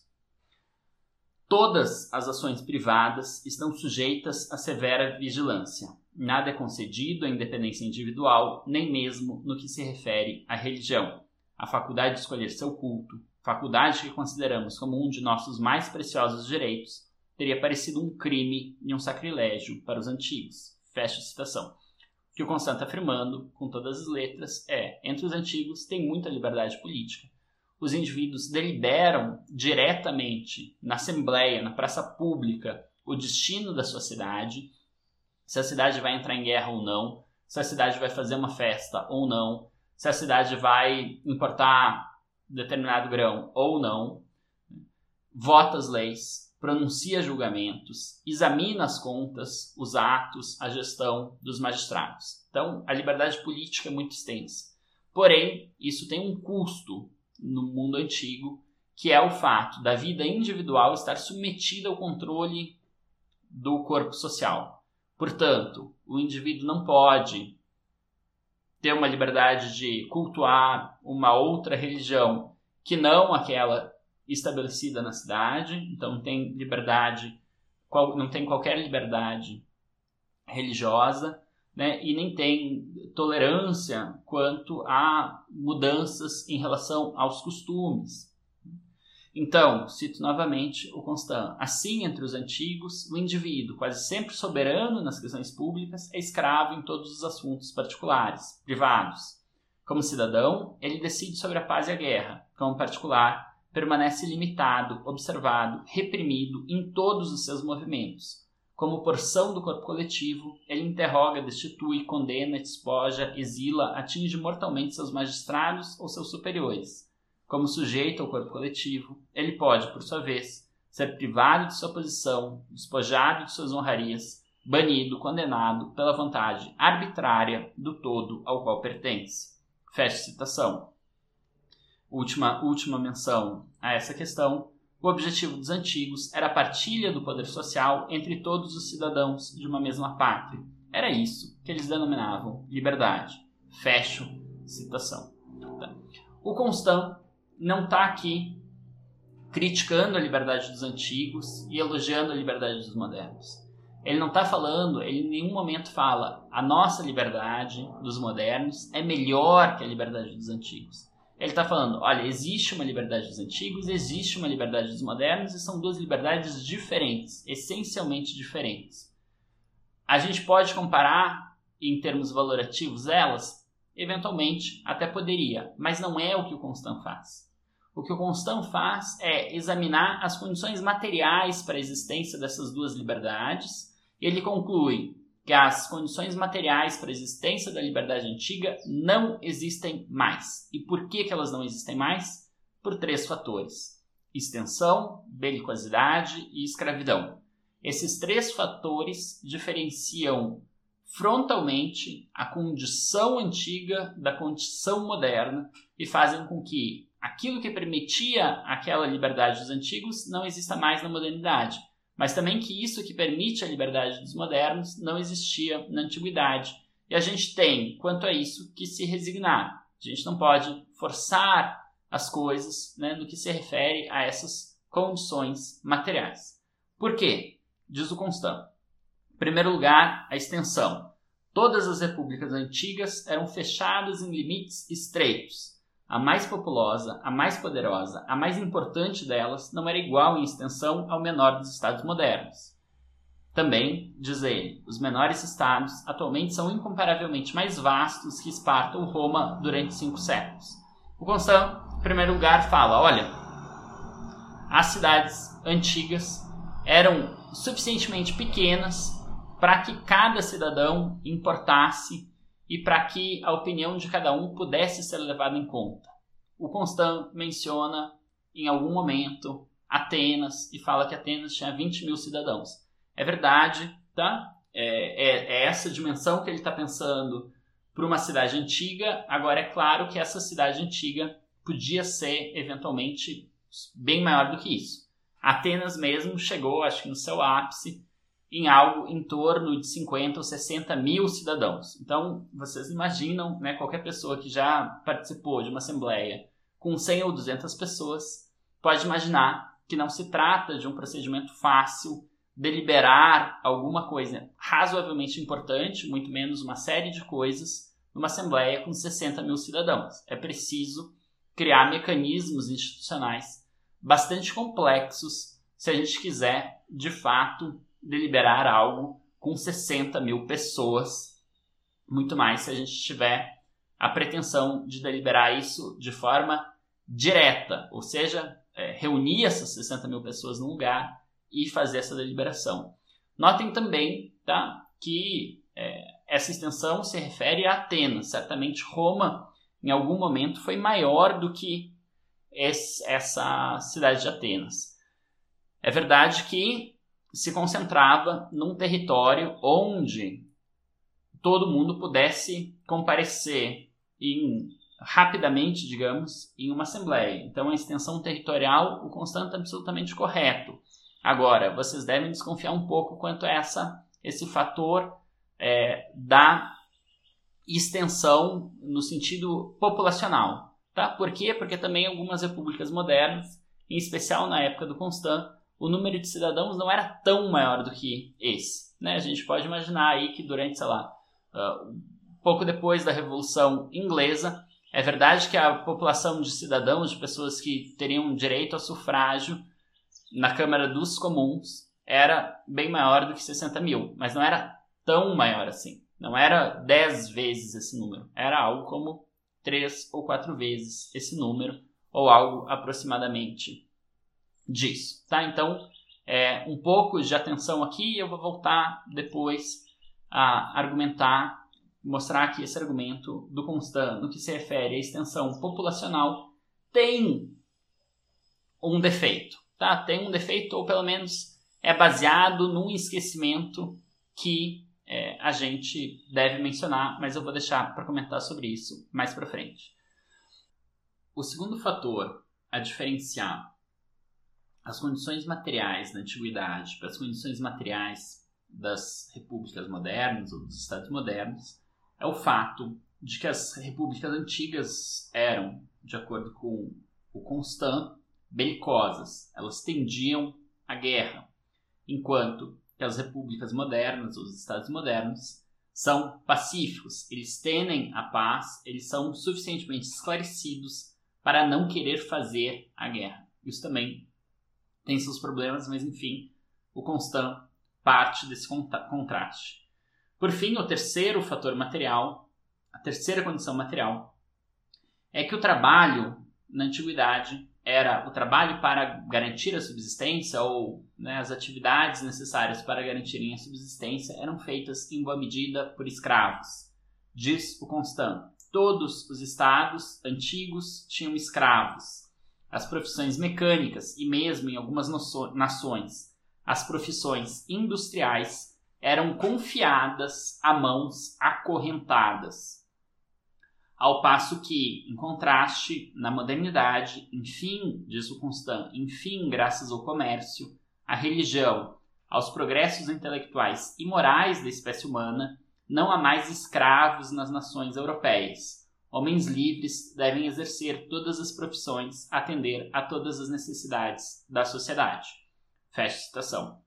Todas as ações privadas estão sujeitas a severa vigilância. Nada é concedido à independência individual, nem mesmo no que se refere à religião. A faculdade de escolher seu culto, faculdade que consideramos como um de nossos mais preciosos direitos, teria parecido um crime e um sacrilégio para os antigos. Fecha a citação. O que o Constant está afirmando, com todas as letras, entre os antigos tem muita liberdade política. Os indivíduos deliberam diretamente na assembleia, na praça pública, o destino da sua cidade, se a cidade vai entrar em guerra ou não, se a cidade vai fazer uma festa ou não, se a cidade vai importar determinado grão ou não, vota as leis, pronuncia julgamentos, examina as contas, os atos, a gestão dos magistrados. Então, a liberdade política é muito extensa. Porém, isso tem um custo no mundo antigo, que é o fato da vida individual estar submetida ao controle do corpo social. Portanto, o indivíduo não pode ter uma liberdade de cultuar uma outra religião que não aquela estabelecida na cidade, então não tem liberdade, não tem qualquer liberdade religiosa, né, e nem tem tolerância quanto a mudanças em relação aos costumes. Então, cito novamente o Constant: assim, entre os antigos, o indivíduo, quase sempre soberano nas questões públicas, é escravo em todos os assuntos particulares, privados. Como cidadão, ele decide sobre a paz e a guerra. Como particular, permanece limitado, observado, reprimido em todos os seus movimentos. Como porção do corpo coletivo, ele interroga, destitui, condena, despoja, exila, atinge mortalmente seus magistrados ou seus superiores. Como sujeito ao corpo coletivo, ele pode, por sua vez, ser privado de sua posição, despojado de suas honrarias, banido, condenado pela vontade arbitrária do todo ao qual pertence. Fecha a citação. Última menção a essa questão. O objetivo dos antigos era a partilha do poder social entre todos os cidadãos de uma mesma pátria, Era isso que eles denominavam liberdade. Fecho citação. O Constant não está aqui criticando a liberdade dos antigos e elogiando a liberdade dos modernos. Ele não está falando, ele em nenhum momento fala a nossa liberdade dos modernos é melhor que a liberdade dos antigos. Ele está falando, olha, existe uma liberdade dos antigos, existe uma liberdade dos modernos e são duas liberdades diferentes, essencialmente diferentes. A gente pode comparar em termos valorativos elas? Eventualmente, até poderia, mas não é o que o Constant faz. O que o Constant faz é examinar as condições materiais para a existência dessas duas liberdades. Ele conclui que as condições materiais para a existência da liberdade antiga não existem mais. E por que elas não existem mais? Por 3 fatores: extensão, belicosidade e escravidão. Esses 3 fatores diferenciam frontalmente a condição antiga da condição moderna e fazem com que aquilo que permitia aquela liberdade dos antigos não exista mais na modernidade, mas também que isso que permite a liberdade dos modernos não existia na antiguidade. E a gente tem, quanto a isso, que se resignar. A gente não pode forçar as coisas, né, no que se refere a essas condições materiais. Por quê? Diz o Constant. Em primeiro lugar, a extensão. Todas as repúblicas antigas eram fechadas em limites estreitos. A mais populosa, a mais poderosa, a mais importante delas não era igual em extensão ao menor dos estados modernos. Também, diz ele, os menores estados atualmente são incomparavelmente mais vastos que Esparta ou Roma durante 5 séculos. O Constant, em primeiro lugar, fala, olha, as cidades antigas eram suficientemente pequenas para que cada cidadão importasse e para que a opinião de cada um pudesse ser levada em conta. O Constant menciona, em algum momento, Atenas e fala que Atenas tinha 20 mil cidadãos. É verdade, tá? É essa dimensão que ele está pensando para uma cidade antiga. Agora, é claro que essa cidade antiga podia ser, eventualmente, bem maior do que isso. Atenas mesmo chegou, acho que no seu ápice, em algo em torno de 50 ou 60 mil cidadãos. Então, vocês imaginam, né, qualquer pessoa que já participou de uma assembleia com 100 ou 200 pessoas pode imaginar que não se trata de um procedimento fácil deliberar alguma coisa razoavelmente importante, muito menos uma série de coisas, numa assembleia com 60 mil cidadãos. É preciso criar mecanismos institucionais bastante complexos se a gente quiser, de fato, deliberar algo com 60 mil pessoas, muito mais se a gente tiver a pretensão de deliberar isso de forma direta, ou seja, reunir essas 60 mil pessoas num lugar e fazer essa deliberação. Notem também, tá, que essa extensão se refere a Atenas. Certamente Roma, em algum momento, foi maior do que essa cidade de Atenas. É verdade que se concentrava num território onde todo mundo pudesse comparecer rapidamente, digamos, em uma assembleia. Então, a extensão territorial, o Constant é absolutamente correto. Agora, vocês devem desconfiar um pouco quanto a esse fator da extensão no sentido populacional. Tá? Por quê? Porque também algumas repúblicas modernas, em especial na época do Constant, o número de cidadãos não era tão maior do que esse. Né? A gente pode imaginar aí que durante, pouco depois da Revolução Inglesa, é verdade que a população de cidadãos, de pessoas que teriam direito ao sufrágio na Câmara dos Comuns, era bem maior do que 60 mil, mas não era tão maior assim. Não era 10 vezes esse número, era algo como 3 ou 4 vezes esse número, ou algo aproximadamente disso, tá? Então, um pouco de atenção aqui e eu vou voltar depois a argumentar, mostrar que esse argumento do Constant, no que se refere à extensão populacional, tem um defeito, tá? Tem um defeito, ou pelo menos é baseado num esquecimento que a gente deve mencionar, mas eu vou deixar para comentar sobre isso mais para frente. O segundo fator a diferenciar as condições materiais da antiguidade para as condições materiais das repúblicas modernas ou dos estados modernos é o fato de que as repúblicas antigas eram, de acordo com o Constant, belicosas. Elas tendiam à guerra, enquanto que as repúblicas modernas, os estados modernos, são pacíficos. Eles tendem à paz, eles são suficientemente esclarecidos para não querer fazer a guerra. Isso também tem seus problemas, mas enfim, o Constant parte desse contraste. Por fim, o terceiro fator material, a terceira condição material, é que o trabalho na antiguidade era o trabalho para garantir a subsistência ou as atividades necessárias para garantirem a subsistência eram feitas em boa medida por escravos. Diz o Constant, todos os estados antigos tinham escravos. As profissões mecânicas e mesmo em algumas nações, as profissões industriais eram confiadas a mãos acorrentadas. Ao passo que, em contraste, na modernidade, enfim, diz o Constant, enfim, graças ao comércio, à religião, aos progressos intelectuais e morais da espécie humana, não há mais escravos nas nações europeias. Homens livres devem exercer todas as profissões, atender a todas as necessidades da sociedade. Fecha a citação.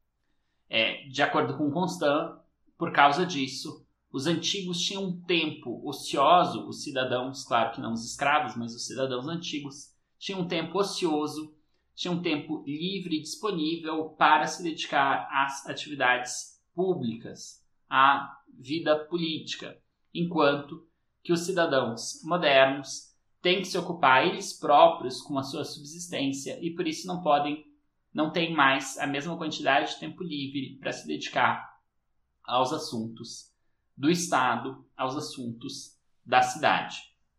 De acordo com Constant, por causa disso, os antigos tinham um tempo ocioso, os cidadãos, claro que não os escravos, mas os cidadãos antigos, tinham um tempo ocioso, tinham um tempo livre e disponível para se dedicar às atividades públicas, à vida política, enquanto que os cidadãos modernos têm que se ocupar eles próprios com a sua subsistência e por isso não têm mais a mesma quantidade de tempo livre para se dedicar aos assuntos do Estado, aos assuntos da cidade.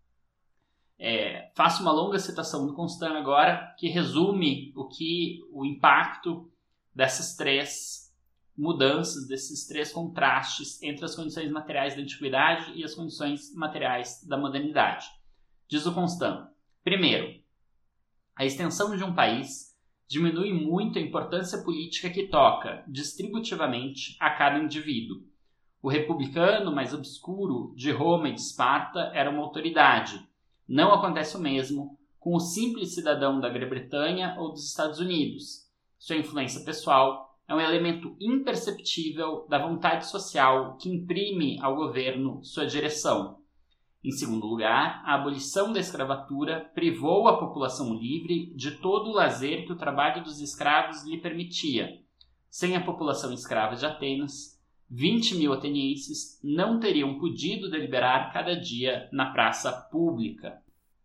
Faço uma longa citação do Constant agora, que resume o impacto dessas três mudanças, desses três contrastes entre as condições materiais da antiguidade e as condições materiais da modernidade. Diz o Constant, primeiro, a extensão de um país diminui muito a importância política que toca distributivamente a cada indivíduo. O republicano mais obscuro de Roma e de Esparta era uma autoridade. Não acontece o mesmo com o simples cidadão da Grã-Bretanha ou dos Estados Unidos. Sua influência pessoal é um elemento imperceptível da vontade social que imprime ao governo sua direção. Em segundo lugar, a abolição da escravatura privou a população livre de todo o lazer que o trabalho dos escravos lhe permitia. Sem a população escrava de Atenas, 20.000 atenienses não teriam podido deliberar cada dia na praça pública.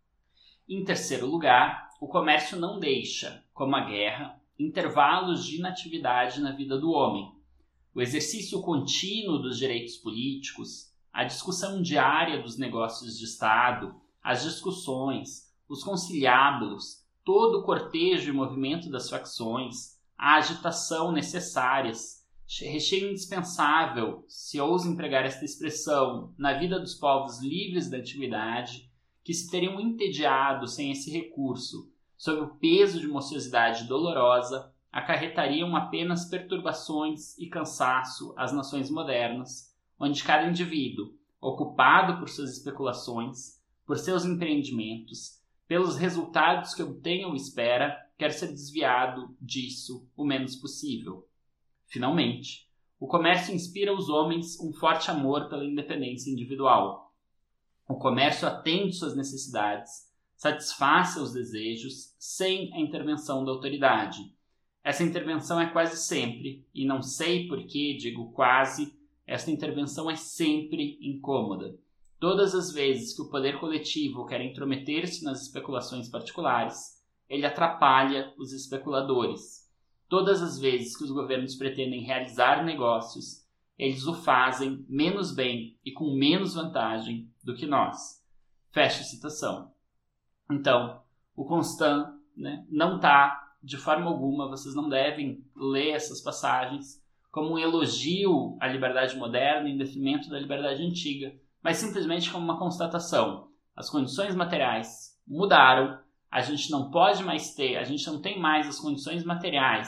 Em terceiro lugar, o comércio não deixa, como a guerra, intervalos de inatividade na vida do homem. O exercício contínuo dos direitos políticos, a discussão diária dos negócios de Estado, as discussões, os conciliábulos, todo o cortejo e movimento das facções, a agitação necessárias, recheio indispensável, se ouso empregar esta expressão, na vida dos povos livres da antiguidade, que se teriam entediado sem esse recurso, sob o peso de uma ociosidade dolorosa, acarretariam apenas perturbações e cansaço às nações modernas, onde cada indivíduo, ocupado por suas especulações, por seus empreendimentos, pelos resultados que obtém ou espera, quer ser desviado disso o menos possível. Finalmente, o comércio inspira aos homens um forte amor pela independência individual. O comércio atende suas necessidades, satisfaz seus desejos sem a intervenção da autoridade. Essa intervenção é quase sempre, e não sei por que digo quase, esta intervenção é sempre incômoda. Todas as vezes que o poder coletivo quer intrometer-se nas especulações particulares, ele atrapalha os especuladores. Todas as vezes que os governos pretendem realizar negócios, eles o fazem menos bem e com menos vantagem do que nós. Fecha a citação. Então, o Constant não está, de forma alguma, vocês não devem ler essas passagens como um elogio à liberdade moderna em detrimento da liberdade antiga, mas simplesmente como uma constatação. As condições materiais mudaram, a gente não tem mais as condições materiais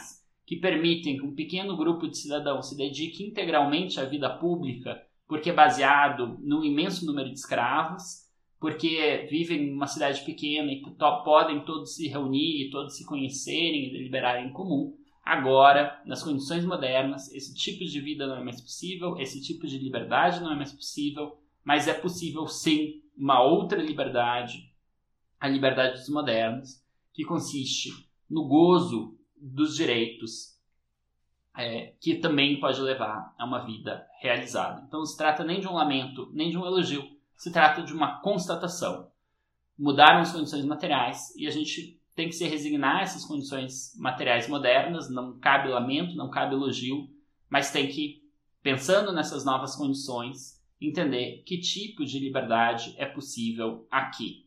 que permitem que um pequeno grupo de cidadãos se dedique integralmente à vida pública, porque é baseado num imenso número de escravos, porque vivem em uma cidade pequena e podem todos se reunir e todos se conhecerem e deliberarem em comum. Agora, nas condições modernas, esse tipo de vida não é mais possível, esse tipo de liberdade não é mais possível, mas é possível sim uma outra liberdade, a liberdade dos modernos, que consiste no gozo dos direitos, que também pode levar a uma vida realizada. Então não se trata nem de um lamento, nem de um elogio, se trata de uma constatação. Mudaram as condições materiais e a gente tem que se resignar a essas condições materiais modernas, não cabe lamento, não cabe elogio, mas tem que, pensando nessas novas condições, entender que tipo de liberdade é possível aqui.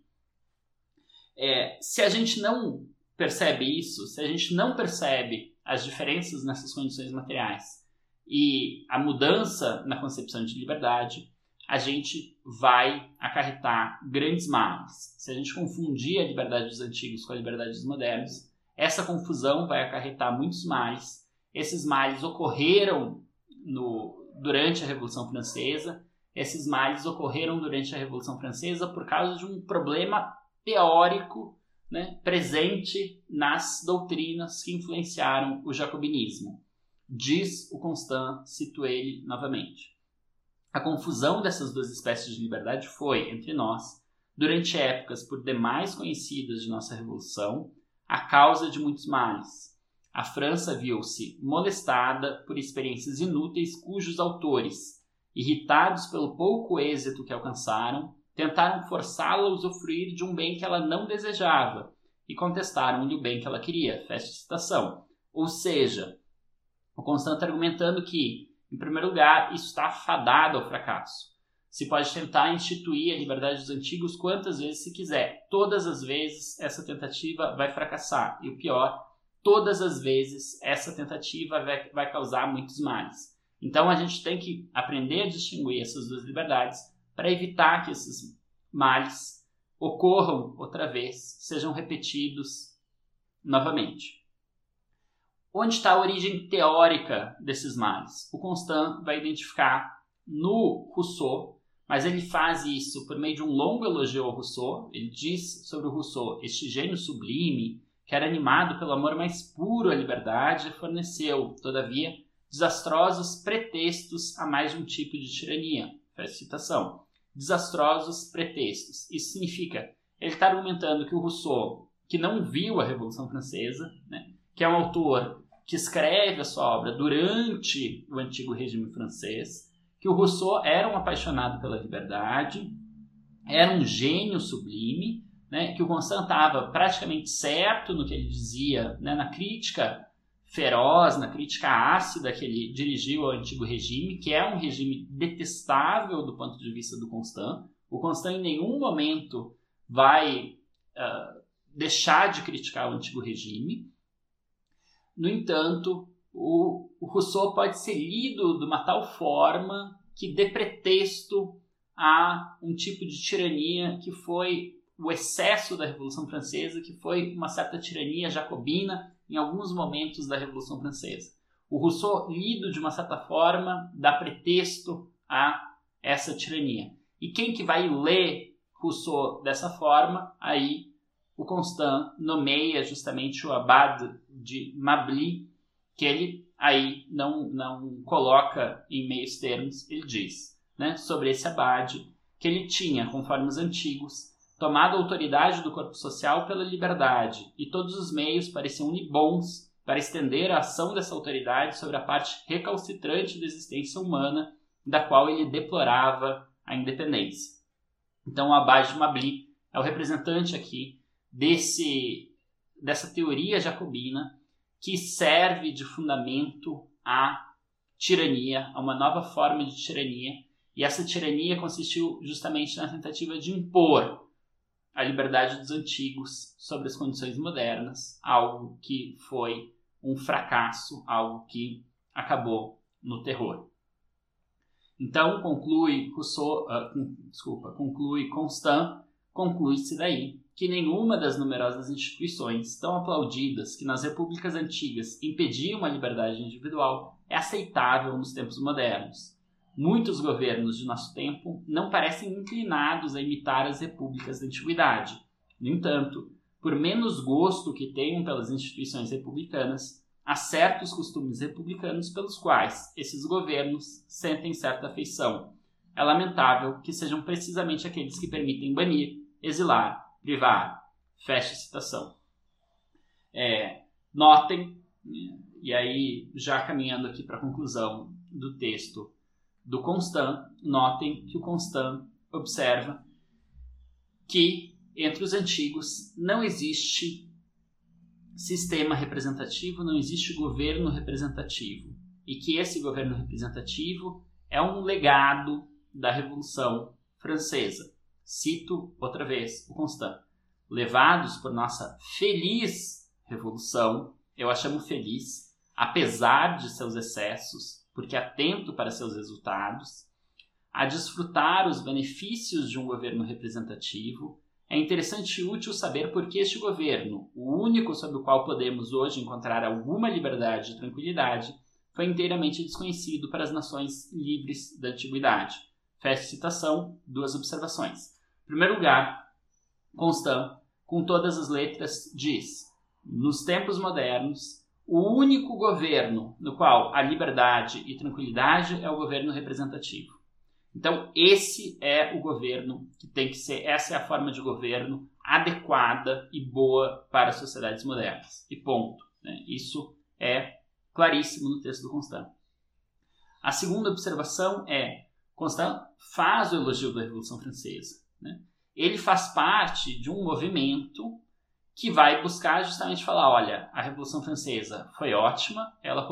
Se a gente não percebe isso, se a gente não percebe as diferenças nessas condições materiais e a mudança na concepção de liberdade, a gente vai acarretar grandes males. Se a gente confundir a liberdade dos antigos com a liberdade dos modernos, essa confusão vai acarretar muitos males. Esses males ocorreram durante a Revolução Francesa. Esses males ocorreram durante a Revolução Francesa por causa de um problema teórico, né, presente nas doutrinas que influenciaram o jacobinismo. Diz o Constant, cito ele novamente. A confusão dessas duas espécies de liberdade foi, entre nós, durante épocas por demais conhecidas de nossa Revolução, a causa de muitos males. A França viu-se molestada por experiências inúteis cujos autores, irritados pelo pouco êxito que alcançaram, tentaram forçá-la a usufruir de um bem que ela não desejava e contestaram-lhe o bem que ela queria. Fecha a citação. Ou seja, o Constant está argumentando que, em primeiro lugar, isso está fadado ao fracasso. Se pode tentar instituir a liberdade dos antigos quantas vezes se quiser. Todas as vezes essa tentativa vai fracassar. E o pior, todas as vezes essa tentativa vai causar muitos males. Então a gente tem que aprender a distinguir essas duas liberdades para evitar que esses males ocorram outra vez, sejam repetidos novamente. Onde está a origem teórica desses males? O Constant vai identificar no Rousseau, mas ele faz isso por meio de um longo elogio ao Rousseau. Ele diz sobre o Rousseau, este gênio sublime, que era animado pelo amor mais puro à liberdade, forneceu, todavia, desastrosos pretextos a mais de um tipo de tirania. Fecha citação. Desastrosos pretextos. Isso significa, ele está argumentando que o Rousseau, que não viu a Revolução Francesa, né, que é um autor que escreve a sua obra durante o antigo regime francês, que o Rousseau era um apaixonado pela liberdade, era um gênio sublime, né, que o Constant estava praticamente certo no que ele dizia, né, na crítica feroz, na crítica ácida que ele dirigiu ao antigo regime, que é um regime detestável do ponto de vista do Constant. O Constant em nenhum momento vai deixar de criticar o antigo regime. No entanto, o Rousseau pode ser lido de uma tal forma que dê pretexto a um tipo de tirania que foi o excesso da Revolução Francesa, que foi uma certa tirania jacobina em alguns momentos da Revolução Francesa. O Rousseau, lido de uma certa forma, dá pretexto a essa tirania. E quem que vai ler Rousseau dessa forma? Aí o Constant nomeia justamente o Abade de Mably, que ele aí não coloca em meios termos. Ele diz, né, sobre esse Abade que ele tinha, conforme os antigos, tomado a autoridade do corpo social pela liberdade, e todos os meios pareciam-lhe bons para estender a ação dessa autoridade sobre a parte recalcitrante da existência humana, da qual ele deplorava a independência. Então o Abade de Mably é o representante aqui dessa teoria jacobina que serve de fundamento à tirania, a uma nova forma de tirania, e essa tirania consistiu justamente na tentativa de impor a liberdade dos antigos sobre as condições modernas, algo que foi um fracasso, algo que acabou no terror. Então conclui Constant, conclui-se daí que nenhuma das numerosas instituições tão aplaudidas que nas repúblicas antigas impediam a liberdade individual é aceitável nos tempos modernos. Muitos governos de nosso tempo não parecem inclinados a imitar as repúblicas da antiguidade. No entanto, por menos gosto que tenham pelas instituições republicanas, há certos costumes republicanos pelos quais esses governos sentem certa afeição. É lamentável que sejam precisamente aqueles que permitem banir, exilar, privar. Fecha a citação. Notem, e aí já caminhando aqui para a conclusão do texto do Constant, notem que o Constant observa que entre os antigos não existe sistema representativo, não existe governo representativo, e que esse governo representativo é um legado da Revolução Francesa. Cito outra vez o Constant. Levados por nossa feliz Revolução, eu a chamo feliz, apesar de seus excessos, porque atento para seus resultados, a desfrutar os benefícios de um governo representativo, é interessante e útil saber por que este governo, o único sob o qual podemos hoje encontrar alguma liberdade e tranquilidade, foi inteiramente desconhecido para as nações livres da antiguidade. Fecha citação, 2 observações. Em primeiro lugar, Constant, com todas as letras, diz: nos tempos modernos, o único governo no qual há liberdade e tranquilidade é o governo representativo. Então, esse é o governo que tem que ser, essa é a forma de governo adequada e boa para as sociedades modernas. E ponto. Isso é claríssimo no texto do Constant. A segunda observação é: Constant faz o elogio da Revolução Francesa. Ele faz parte de um movimento que vai buscar justamente falar, olha, a Revolução Francesa foi ótima, ela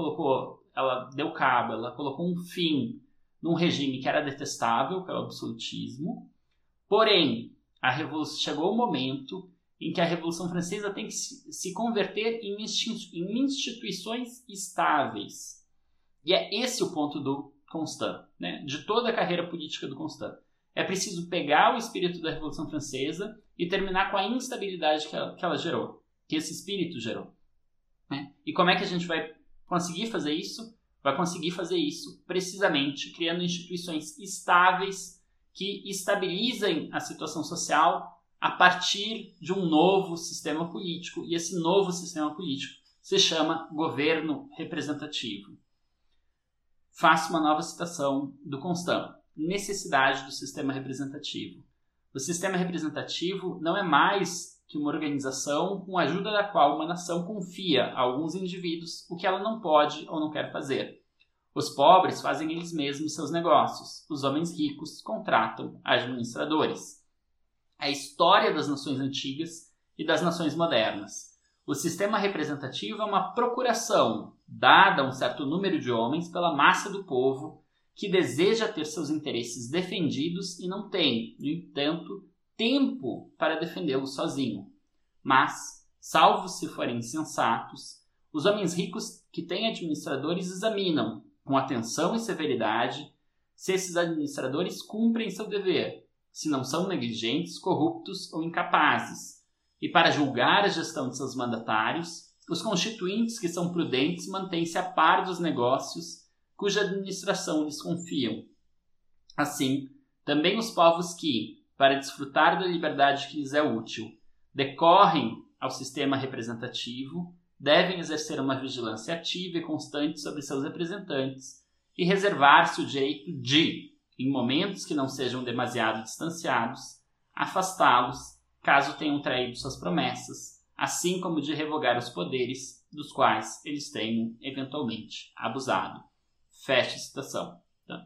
deu cabo, ela colocou um fim num regime que era detestável, que era o absolutismo, porém, chegou o momento em que a Revolução Francesa tem que se converter em instituições estáveis. E é esse o ponto do Constant, de toda a carreira política do Constant. É preciso pegar o espírito da Revolução Francesa e terminar com a instabilidade que ela gerou, que esse espírito gerou. E como é que a gente vai conseguir fazer isso? Vai conseguir fazer isso precisamente criando instituições estáveis que estabilizem a situação social a partir de um novo sistema político. E esse novo sistema político se chama governo representativo. Faço uma nova citação do Constant. Necessidade do sistema representativo. O sistema representativo não é mais que uma organização com a ajuda da qual uma nação confia a alguns indivíduos o que ela não pode ou não quer fazer. Os pobres fazem eles mesmos seus negócios. Os homens ricos contratam administradores. É a história das nações antigas e das nações modernas. O sistema representativo é uma procuração dada a um certo número de homens pela massa do povo que deseja ter seus interesses defendidos e não tem, no entanto, tempo para defendê-los sozinho. Mas, salvo se forem insensatos, os homens ricos que têm administradores examinam, com atenção e severidade, se esses administradores cumprem seu dever, se não são negligentes, corruptos ou incapazes. E para julgar a gestão de seus mandatários, os constituintes que são prudentes mantêm-se a par dos negócios cuja administração lhes confiam. Assim, também os povos que, para desfrutar da liberdade que lhes é útil, decorrem ao sistema representativo, devem exercer uma vigilância ativa e constante sobre seus representantes e reservar-se o direito de, em momentos que não sejam demasiado distanciados, afastá-los caso tenham traído suas promessas, assim como de revogar os poderes dos quais eles tenham eventualmente abusado. Fecha a citação. Tá?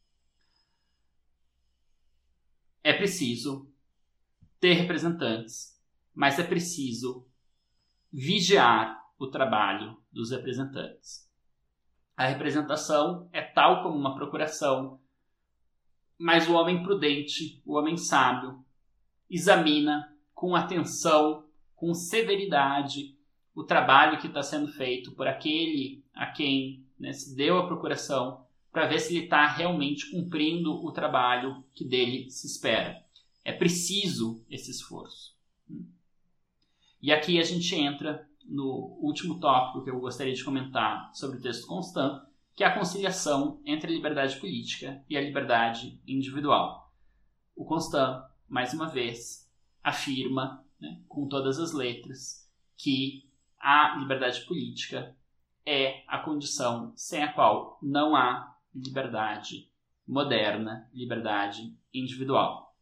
É preciso ter representantes, mas é preciso vigiar o trabalho dos representantes. A representação é tal como uma procuração, mas o homem prudente, o homem sábio, examina com atenção, com severidade, o trabalho que está sendo feito por aquele a quem se deu a procuração, para ver se ele está realmente cumprindo o trabalho que dele se espera. É preciso esse esforço. E aqui a gente entra no último tópico que eu gostaria de comentar sobre o texto Constant, que é a conciliação entre a liberdade política e a liberdade individual. O Constant, mais uma vez, afirma, com todas as letras, que a liberdade política é a condição sem a qual não há liberdade moderna, liberdade individual.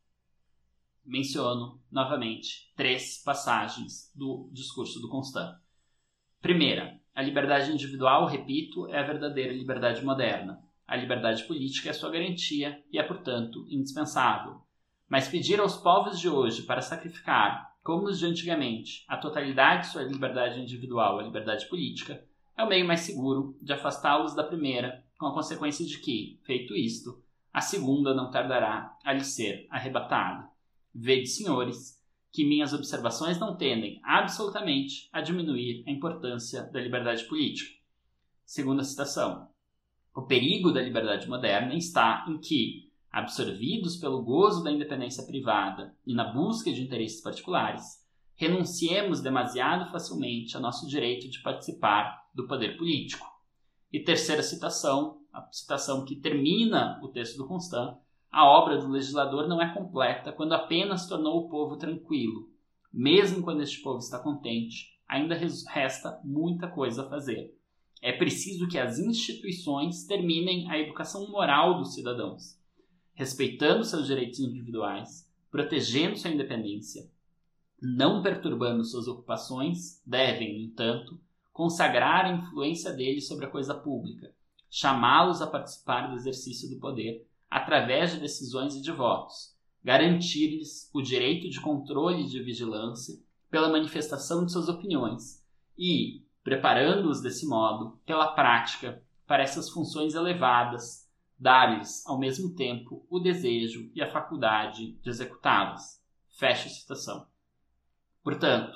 Menciono novamente 3 passagens do discurso do Constant. Primeira, a liberdade individual, repito, é a verdadeira liberdade moderna. A liberdade política é sua garantia e é, portanto, indispensável. Mas pedir aos povos de hoje para sacrificar, como os de antigamente, a totalidade de sua liberdade individual à liberdade política é o meio mais seguro de afastá-los da primeira, com a consequência de que, feito isto, a segunda não tardará a lhe ser arrebatada. Vede, senhores, que minhas observações não tendem absolutamente a diminuir a importância da liberdade política. Segunda citação. O perigo da liberdade moderna está em que, absorvidos pelo gozo da independência privada e na busca de interesses particulares, renunciemos demasiado facilmente ao nosso direito de participar do poder político. E terceira citação, a citação que termina o texto do Constant: a obra do legislador não é completa quando apenas tornou o povo tranquilo. Mesmo quando este povo está contente, ainda resta muita coisa a fazer. É preciso que as instituições terminem a educação moral dos cidadãos, respeitando seus direitos individuais, protegendo sua independência, não perturbando suas ocupações, devem, no entanto, consagrar a influência deles sobre a coisa pública, chamá-los a participar do exercício do poder através de decisões e de votos, garantir-lhes o direito de controle e de vigilância pela manifestação de suas opiniões e, preparando-os desse modo, pela prática, para essas funções elevadas, dar-lhes, ao mesmo tempo, o desejo e a faculdade de executá-las. Fecha a citação. Portanto,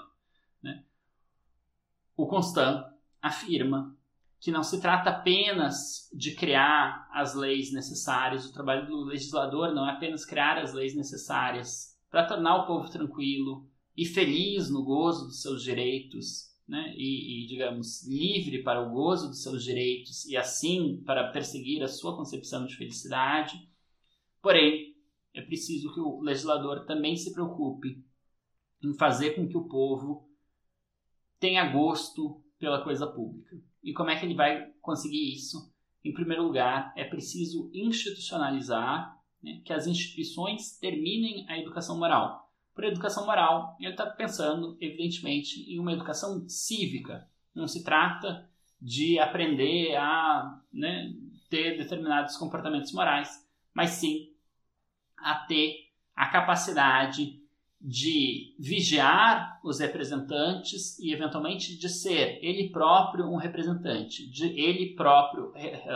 o Constant afirma que não se trata apenas de criar as leis necessárias, o trabalho do legislador não é apenas criar as leis necessárias para tornar o povo tranquilo e feliz no gozo dos seus direitos, e, digamos, livre para o gozo dos seus direitos e assim para perseguir a sua concepção de felicidade. Porém, é preciso que o legislador também se preocupe em fazer com que o povo tenha gosto pela coisa pública. E como é que ele vai conseguir isso? Em primeiro lugar, é preciso institucionalizar, que as instituições terminem a educação moral. Por educação moral, ele está pensando, evidentemente, em uma educação cívica. Não se trata de aprender a ter determinados comportamentos morais, mas sim a ter a capacidade de vigiar os representantes e, eventualmente, de ser ele próprio um representante, de ele próprio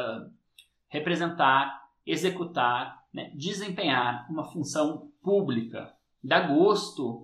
representar, executar, desempenhar uma função pública. Dá gosto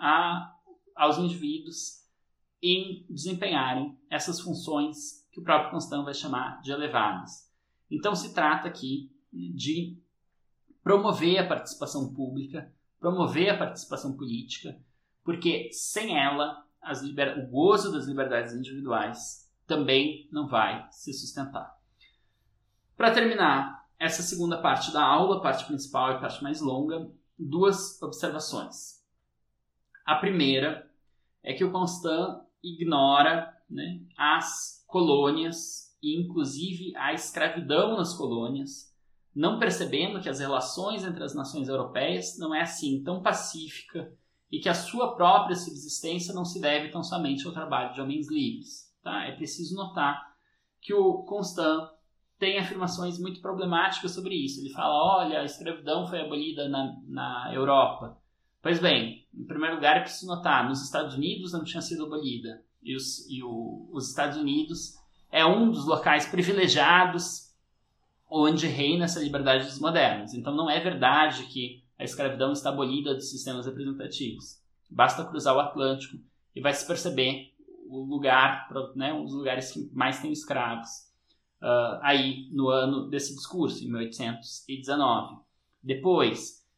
aos indivíduos em desempenharem essas funções que o próprio Constant vai chamar de elevadas. Então, se trata aqui de promover a participação pública, promover a participação política, porque sem ela o gozo das liberdades individuais também não vai se sustentar. Para terminar essa segunda parte da aula, parte principal e parte mais longa, 2 observações. A primeira é que o Constant ignora as colônias e inclusive a escravidão nas colônias, não percebendo que as relações entre as nações europeias não é assim tão pacífica e que a sua própria subsistência não se deve tão somente ao trabalho de homens livres. Tá? É preciso notar que o Constant tem afirmações muito problemáticas sobre isso. Ele fala, olha, a escravidão foi abolida na Europa. Pois bem, em primeiro lugar é preciso notar, nos Estados Unidos não tinha sido abolida. E os Estados Unidos é um dos locais privilegiados onde reina essa liberdade dos modernos. Então não é verdade que a escravidão está abolida dos sistemas representativos. Basta cruzar o Atlântico e vai se perceber o lugar, um dos lugares que mais tem escravos, aí no ano desse discurso, em 1819. Depois,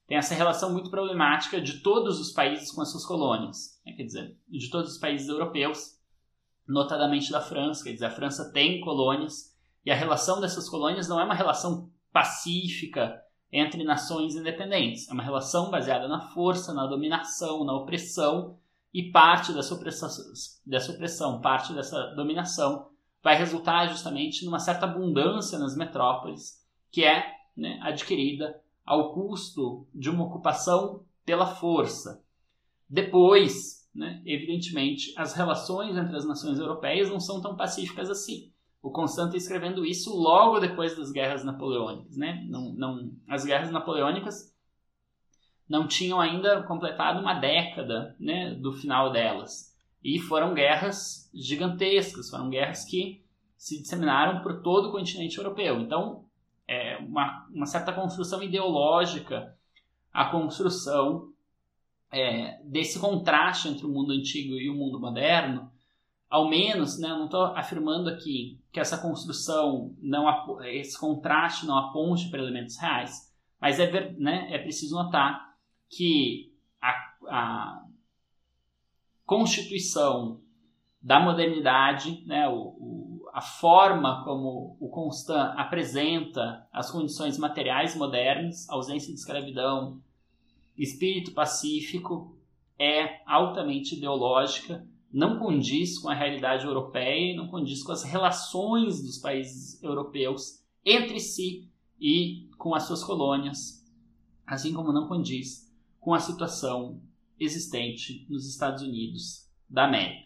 tem essa relação muito problemática de todos os países com as suas colônias, né? Quer dizer, de todos os países europeus, notadamente da França. Quer dizer, a França tem colônias e a relação dessas colônias não é uma relação pacífica entre nações independentes. É uma relação baseada na força, na dominação, na opressão, e parte dessa opressão, parte dessa dominação vai resultar justamente numa certa abundância nas metrópoles, que é, né, adquirida ao custo de uma ocupação pela força. Depois, né, evidentemente, as relações entre as nações europeias não são tão pacíficas assim. O Constant está escrevendo isso logo depois das guerras napoleônicas, né? As guerras napoleônicas não tinham ainda completado uma década, né, do final delas. E foram guerras gigantescas, foram guerras que se disseminaram por todo o continente europeu. Então, é uma certa construção ideológica, a construção desse contraste entre o mundo antigo e o mundo moderno. Ao menos, né, eu não estou afirmando aqui que essa construção, esse contraste não aponte para elementos reais, mas é preciso notar que a constituição da modernidade, né, a forma como o Constant apresenta as condições materiais modernas, ausência de escravidão, espírito pacífico, é altamente ideológica, não condiz com a realidade europeia, não condiz com as relações dos países europeus entre si e com as suas colônias, assim como não condiz com a situação existente nos Estados Unidos da América.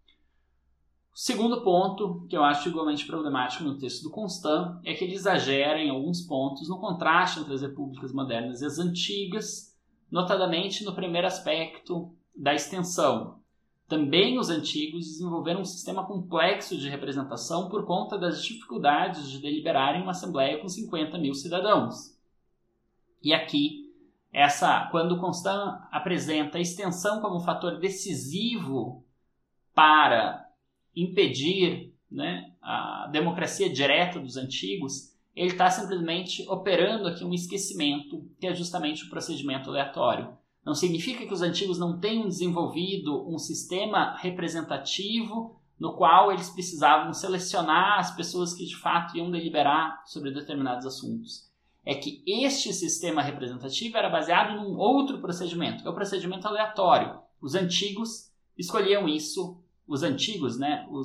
O segundo ponto, que eu acho igualmente problemático no texto do Constant, é que ele exagera em alguns pontos no contraste entre as repúblicas modernas e as antigas, notadamente no primeiro aspecto da extensão. Também os antigos desenvolveram um sistema complexo de representação por conta das dificuldades de deliberar em uma assembleia com 50 mil cidadãos. E aqui, quando o Constant apresenta a extensão como um fator decisivo para impedir, né, a democracia direta dos antigos, ele está simplesmente operando aqui um esquecimento, que é justamente o procedimento aleatório. Não significa que os antigos não tenham desenvolvido um sistema representativo no qual eles precisavam selecionar as pessoas que de fato iam deliberar sobre determinados assuntos. É que este sistema representativo era baseado num outro procedimento, que é o procedimento aleatório. Os antigos escolhiam isso, os antigos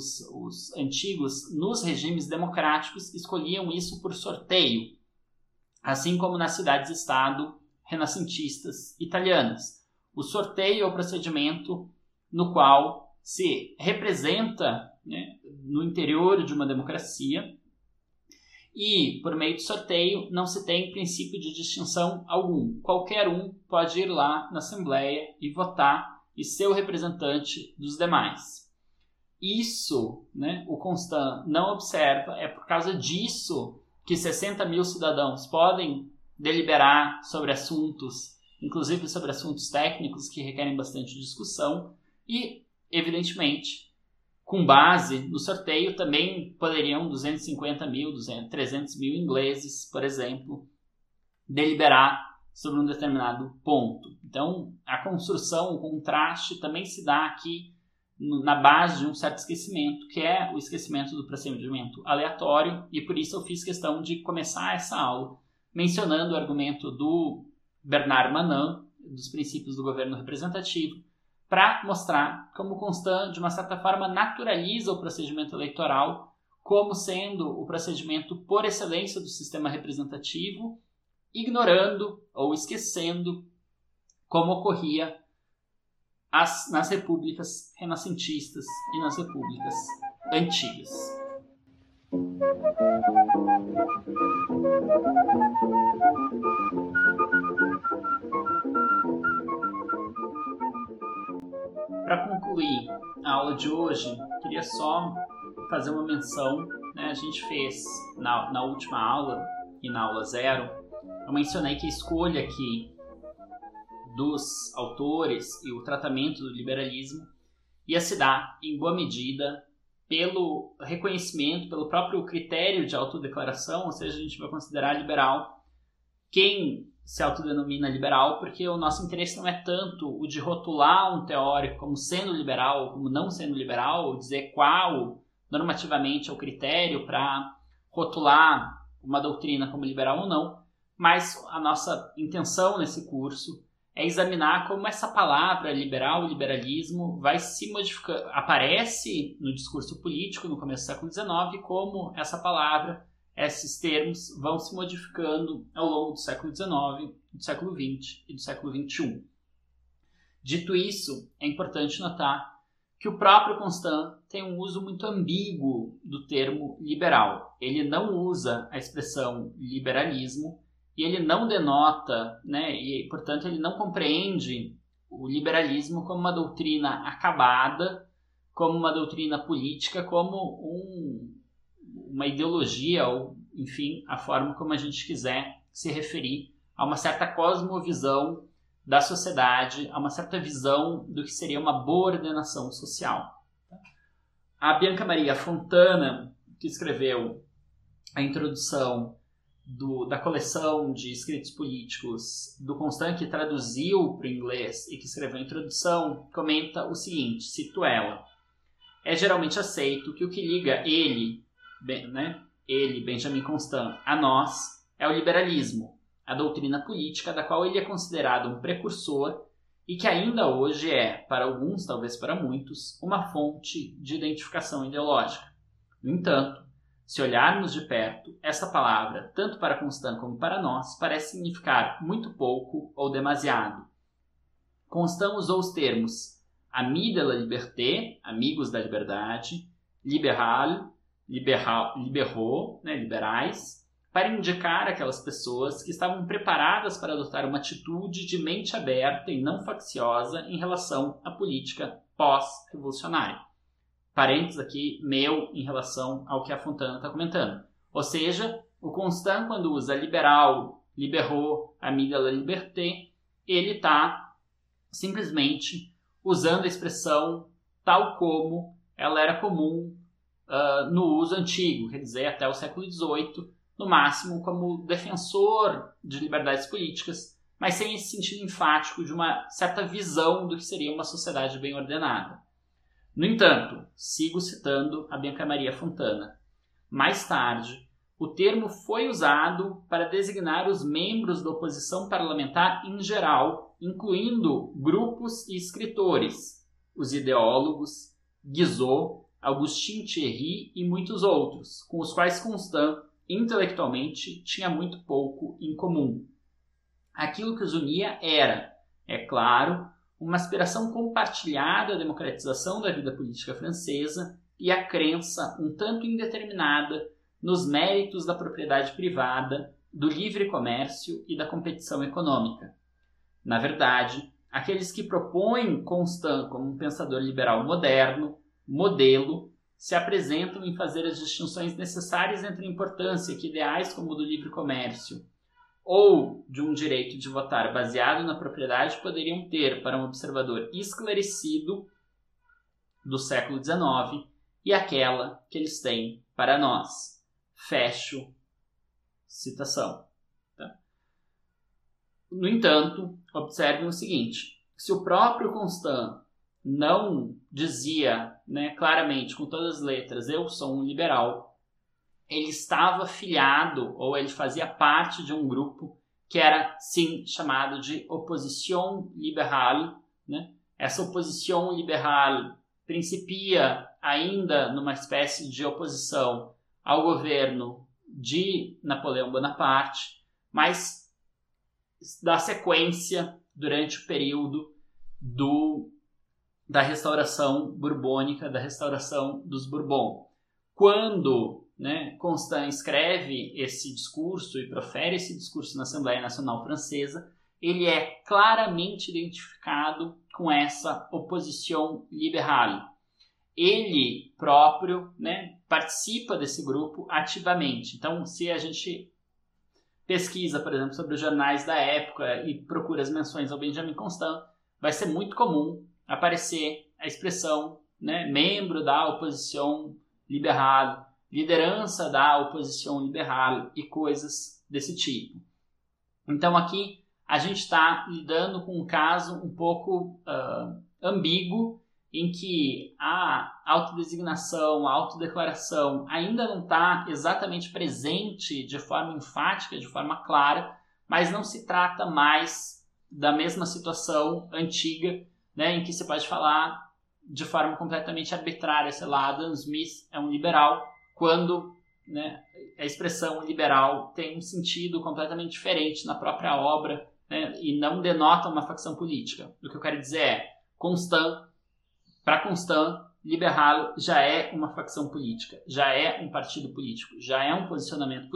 nos regimes democráticos escolhiam isso por sorteio, assim como nas cidades-estado renascentistas italianas. O sorteio é o procedimento no qual se representa, né, no interior de uma democracia, e, por meio de sorteio, não se tem princípio de distinção algum. Qualquer um pode ir lá na Assembleia e votar e ser o representante dos demais. Isso, né, o Constant não observa, é por causa disso que 60 mil cidadãos podem deliberar sobre assuntos, inclusive sobre assuntos técnicos que requerem bastante discussão, e, evidentemente, com base no sorteio, também poderiam 250 mil, 300 mil ingleses, por exemplo, deliberar sobre um determinado ponto. Então, a construção, o contraste também se dá aqui na base de um certo esquecimento, que é o esquecimento do procedimento aleatório, e por isso eu fiz questão de começar essa aula mencionando o argumento do Bernard Manin, dos princípios do governo representativo, para mostrar como Constant, de uma certa forma, naturaliza o procedimento eleitoral como sendo o procedimento por excelência do sistema representativo, ignorando ou esquecendo como ocorria nas repúblicas renascentistas e nas repúblicas antigas. Para concluir a aula de hoje, queria só fazer uma menção, né? A gente fez na última aula e na aula 0, eu mencionei que a escolha aqui dos autores e o tratamento do liberalismo ia se dar, em boa medida, pelo reconhecimento, pelo próprio critério de autodeclaração, ou seja, a gente vai considerar liberal quem se autodenomina liberal, porque o nosso interesse não é tanto o de rotular um teórico como sendo liberal ou como não sendo liberal, ou dizer qual normativamente é o critério para rotular uma doutrina como liberal ou não, mas a nossa intenção nesse curso é examinar como essa palavra liberal, liberalismo, vai se modificando, aparece no discurso político no começo do século XIX, como essa palavra, esses termos vão se modificando ao longo do século XIX, do século XX e do século XXI. Dito isso, é importante notar que o próprio Constant tem um uso muito ambíguo do termo liberal. Ele não usa a expressão liberalismo e ele não denota, e portanto ele não compreende o liberalismo como uma doutrina acabada, como uma doutrina política, como uma ideologia, ou enfim, a forma como a gente quiser se referir a uma certa cosmovisão da sociedade, a uma certa visão do que seria uma boa ordenação social. A Bianca Maria Fontana, que escreveu a introdução da coleção de escritos políticos do Constant, que traduziu para o inglês e que escreveu a introdução, comenta o seguinte, cito ela: é geralmente aceito que o que liga ele, Benjamin Constant, a nós, é o liberalismo, a doutrina política da qual ele é considerado um precursor e que ainda hoje é, para alguns, talvez para muitos, uma fonte de identificação ideológica. No entanto, se olharmos de perto, essa palavra, tanto para Constant como para nós, parece significar muito pouco ou demasiado. Constant usou os termos amis de la liberté, amigos da liberdade, libéraux, liberais, para indicar aquelas pessoas que estavam preparadas para adotar uma atitude de mente aberta e não facciosa em relação à política pós-revolucionária. Parênteses aqui, meu, em relação ao que a Fontana está comentando. Ou seja, o Constant, quando usa liberal, libéraux, amis de la liberté, ele está simplesmente usando a expressão tal como ela era comum no uso antigo, quer dizer, até o século XVIII, no máximo como defensor de liberdades políticas, mas sem esse sentido enfático de uma certa visão do que seria uma sociedade bem ordenada. No entanto, sigo citando a Bianca Maria Fontana, mais tarde, o termo foi usado para designar os membros da oposição parlamentar em geral, incluindo grupos e escritores, os ideólogos, Guizot, Augustin Thierry e muitos outros, com os quais Constant, intelectualmente, tinha muito pouco em comum. Aquilo que os unia era, é claro, uma aspiração compartilhada à democratização da vida política francesa e a crença, um tanto indeterminada, nos méritos da propriedade privada, do livre comércio e da competição econômica. Na verdade, aqueles que propõem Constant como um pensador liberal moderno, modelo, se apresentam em fazer as distinções necessárias entre a importância que ideais como o do livre comércio ou de um direito de votar baseado na propriedade poderiam ter para um observador esclarecido do século XIX e aquela que eles têm para nós. Fecho citação. Tá? No entanto, observem o seguinte, se o próprio Constant não dizia claramente, com todas as letras, eu sou um liberal, ele estava filiado, ou ele fazia parte de um grupo que era, sim, chamado de Opposition Libérale. Essa Opposition Libérale principia ainda numa espécie de oposição ao governo de Napoleão Bonaparte, mas dá sequência durante o período da restauração borbônica, da restauração dos Bourbon. Quando Constant escreve esse discurso e profere esse discurso na Assembleia Nacional Francesa, ele é claramente identificado com essa oposição liberale. Ele próprio participa desse grupo ativamente. Então, se a gente pesquisa, por exemplo, sobre os jornais da época e procura as menções ao Benjamin Constant, vai ser muito comum aparecer a expressão membro da oposição liberal, liderança da oposição liberal e coisas desse tipo. Então aqui a gente está lidando com um caso um pouco ambíguo, em que a autodesignação, a autodeclaração ainda não está exatamente presente de forma enfática, de forma clara, mas não se trata mais da mesma situação antiga, né, em que se pode falar de forma completamente arbitrária, sei lá, Adam Smith é um liberal, quando, né, a expressão liberal tem um sentido completamente diferente na própria obra, né, e não denota uma facção política. O que eu quero dizer é, para Constant, Liberal já é uma facção política, já é um partido político, já é um posicionamento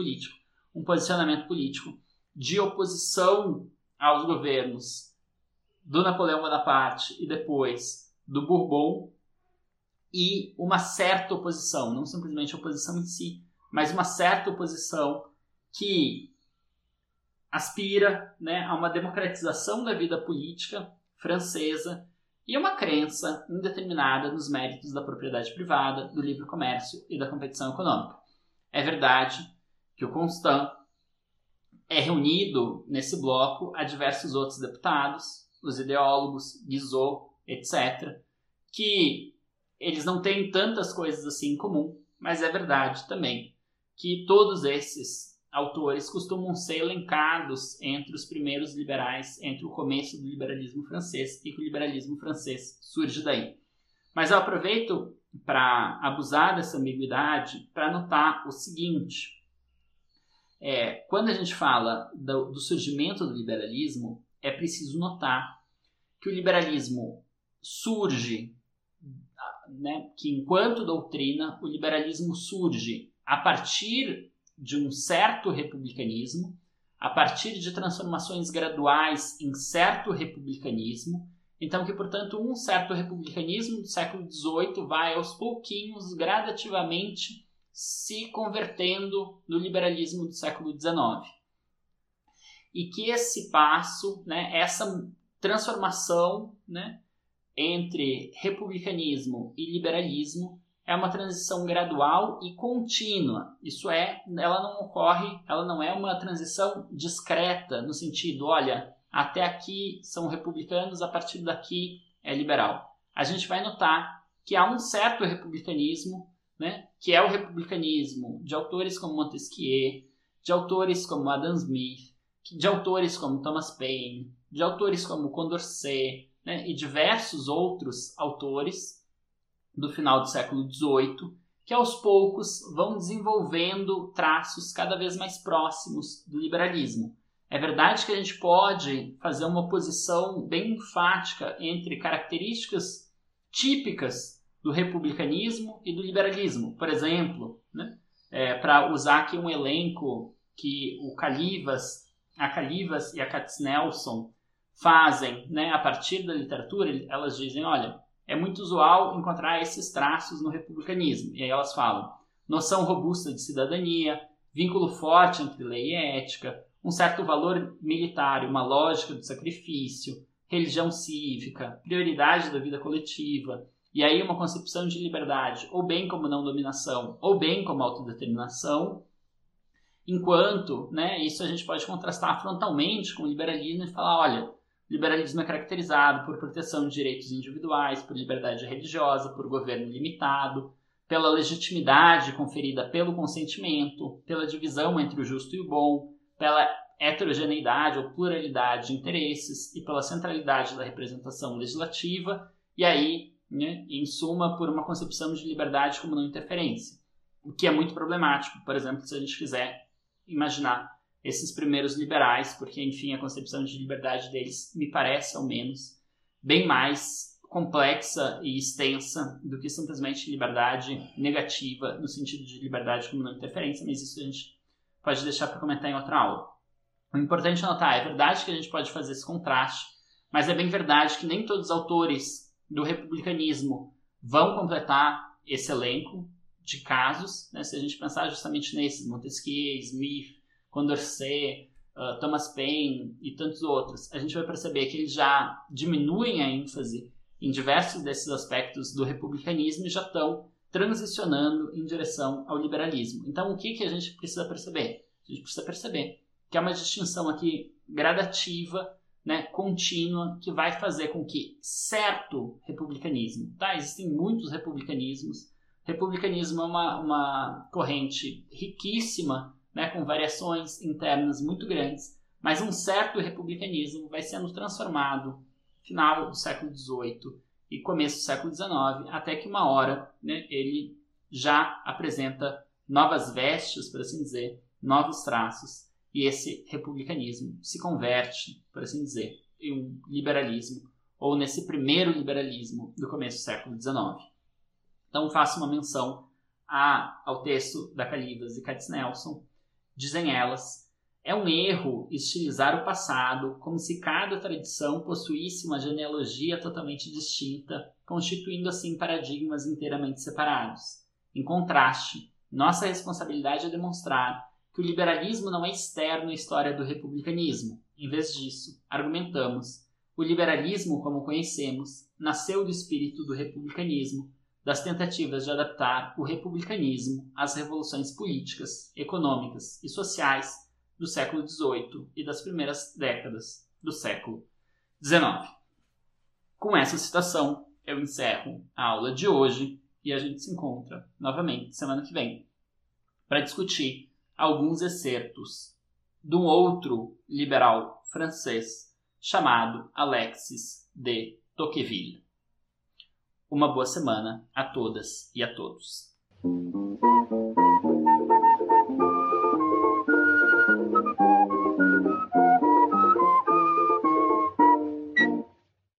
político de oposição aos governos do Napoleão Bonaparte e depois do Bourbon, e uma certa oposição, não simplesmente oposição em si, mas uma certa oposição que aspira, né, a uma democratização da vida política francesa e uma crença indeterminada nos méritos da propriedade privada, do livre comércio e da competição econômica. É verdade que o Constant é reunido nesse bloco a diversos outros deputados, os ideólogos, Guizot, etc., que eles não têm tantas coisas assim em comum, mas é verdade também que todos esses autores costumam ser elencados entre os primeiros liberais, entre o começo do liberalismo francês, e que o liberalismo francês surge daí. Mas eu aproveito para abusar dessa ambiguidade para notar o seguinte: quando a gente fala do surgimento do liberalismo, é preciso notar que o liberalismo surge, né, que enquanto doutrina, o liberalismo surge a partir de um certo republicanismo, a partir de transformações graduais em certo republicanismo, então que, portanto, um certo republicanismo do século XVIII vai aos pouquinhos, gradativamente, se convertendo no liberalismo do século XIX. E que esse passo, né, essa transformação, né, entre republicanismo e liberalismo é uma transição gradual e contínua. Isso é, ela não é uma transição discreta, no sentido, olha, até aqui são republicanos, a partir daqui é liberal. A gente vai notar que há um certo republicanismo, né, que é o republicanismo de autores como Montesquieu, de autores como Adam Smith, de autores como Thomas Paine, de autores como Condorcet, né, e diversos outros autores do final do século XVIII, que aos poucos vão desenvolvendo traços cada vez mais próximos do liberalismo. É verdade que a gente pode fazer uma oposição bem enfática entre características típicas do republicanismo e do liberalismo. Por exemplo, né, para usar aqui um elenco que a Calivas e a Katznelson fazem, né, a partir da literatura, elas dizem, olha, é muito usual encontrar esses traços no republicanismo. E aí elas falam: noção robusta de cidadania, vínculo forte entre lei e ética, um certo valor militar, uma lógica do sacrifício, religião cívica, prioridade da vida coletiva, e aí uma concepção de liberdade, ou bem como não dominação, ou bem como autodeterminação, enquanto, né, isso a gente pode contrastar frontalmente com o liberalismo e falar, olha, o liberalismo é caracterizado por proteção de direitos individuais, por liberdade religiosa, por governo limitado, pela legitimidade conferida pelo consentimento, pela divisão entre o justo e o bom, pela heterogeneidade ou pluralidade de interesses e pela centralidade da representação legislativa, e aí, né, em suma, por uma concepção de liberdade como não interferência, o que é muito problemático, por exemplo, se a gente quiser imaginar esses primeiros liberais, porque, enfim, a concepção de liberdade deles me parece, ao menos, bem mais complexa e extensa do que simplesmente liberdade negativa, no sentido de liberdade como não interferência, mas isso a gente pode deixar para comentar em outra aula. O importante é notar, é verdade que a gente pode fazer esse contraste, mas é bem verdade que nem todos os autores do republicanismo vão completar esse elenco de casos, né? Se a gente pensar justamente nesses, Montesquieu, Smith, Condorcet, Thomas Paine e tantos outros, a gente vai perceber que eles já diminuem a ênfase em diversos desses aspectos do republicanismo e já estão transicionando em direção ao liberalismo. Então, o que a gente precisa perceber? A gente precisa perceber que é uma distinção aqui gradativa, né, contínua, que vai fazer com que certo republicanismo, tá? Existem muitos republicanismos. Republicanismo é uma corrente riquíssima, né, com variações internas muito grandes, mas um certo republicanismo vai sendo transformado no final do século XVIII e começo do século XIX, até que uma hora, né, ele já apresenta novas vestes, por assim dizer, novos traços, e esse republicanismo se converte, por assim dizer, em um liberalismo, ou nesse primeiro liberalismo do começo do século XIX. Então faço uma menção ao texto da Calivas e Katznelson. Dizem elas: é um erro estilizar o passado como se cada tradição possuísse uma genealogia totalmente distinta, constituindo assim paradigmas inteiramente separados. Em contraste, nossa responsabilidade é demonstrar que o liberalismo não é externo à história do republicanismo. Em vez disso, argumentamos: o liberalismo, como conhecemos, nasceu do espírito do republicanismo, das tentativas de adaptar o republicanismo às revoluções políticas, econômicas e sociais do século XVIII e das primeiras décadas do século XIX. Com essa citação, eu encerro a aula de hoje e a gente se encontra novamente semana que vem para discutir alguns excertos de um outro liberal francês chamado Alexis de Tocqueville. Uma boa semana a todas e a todos.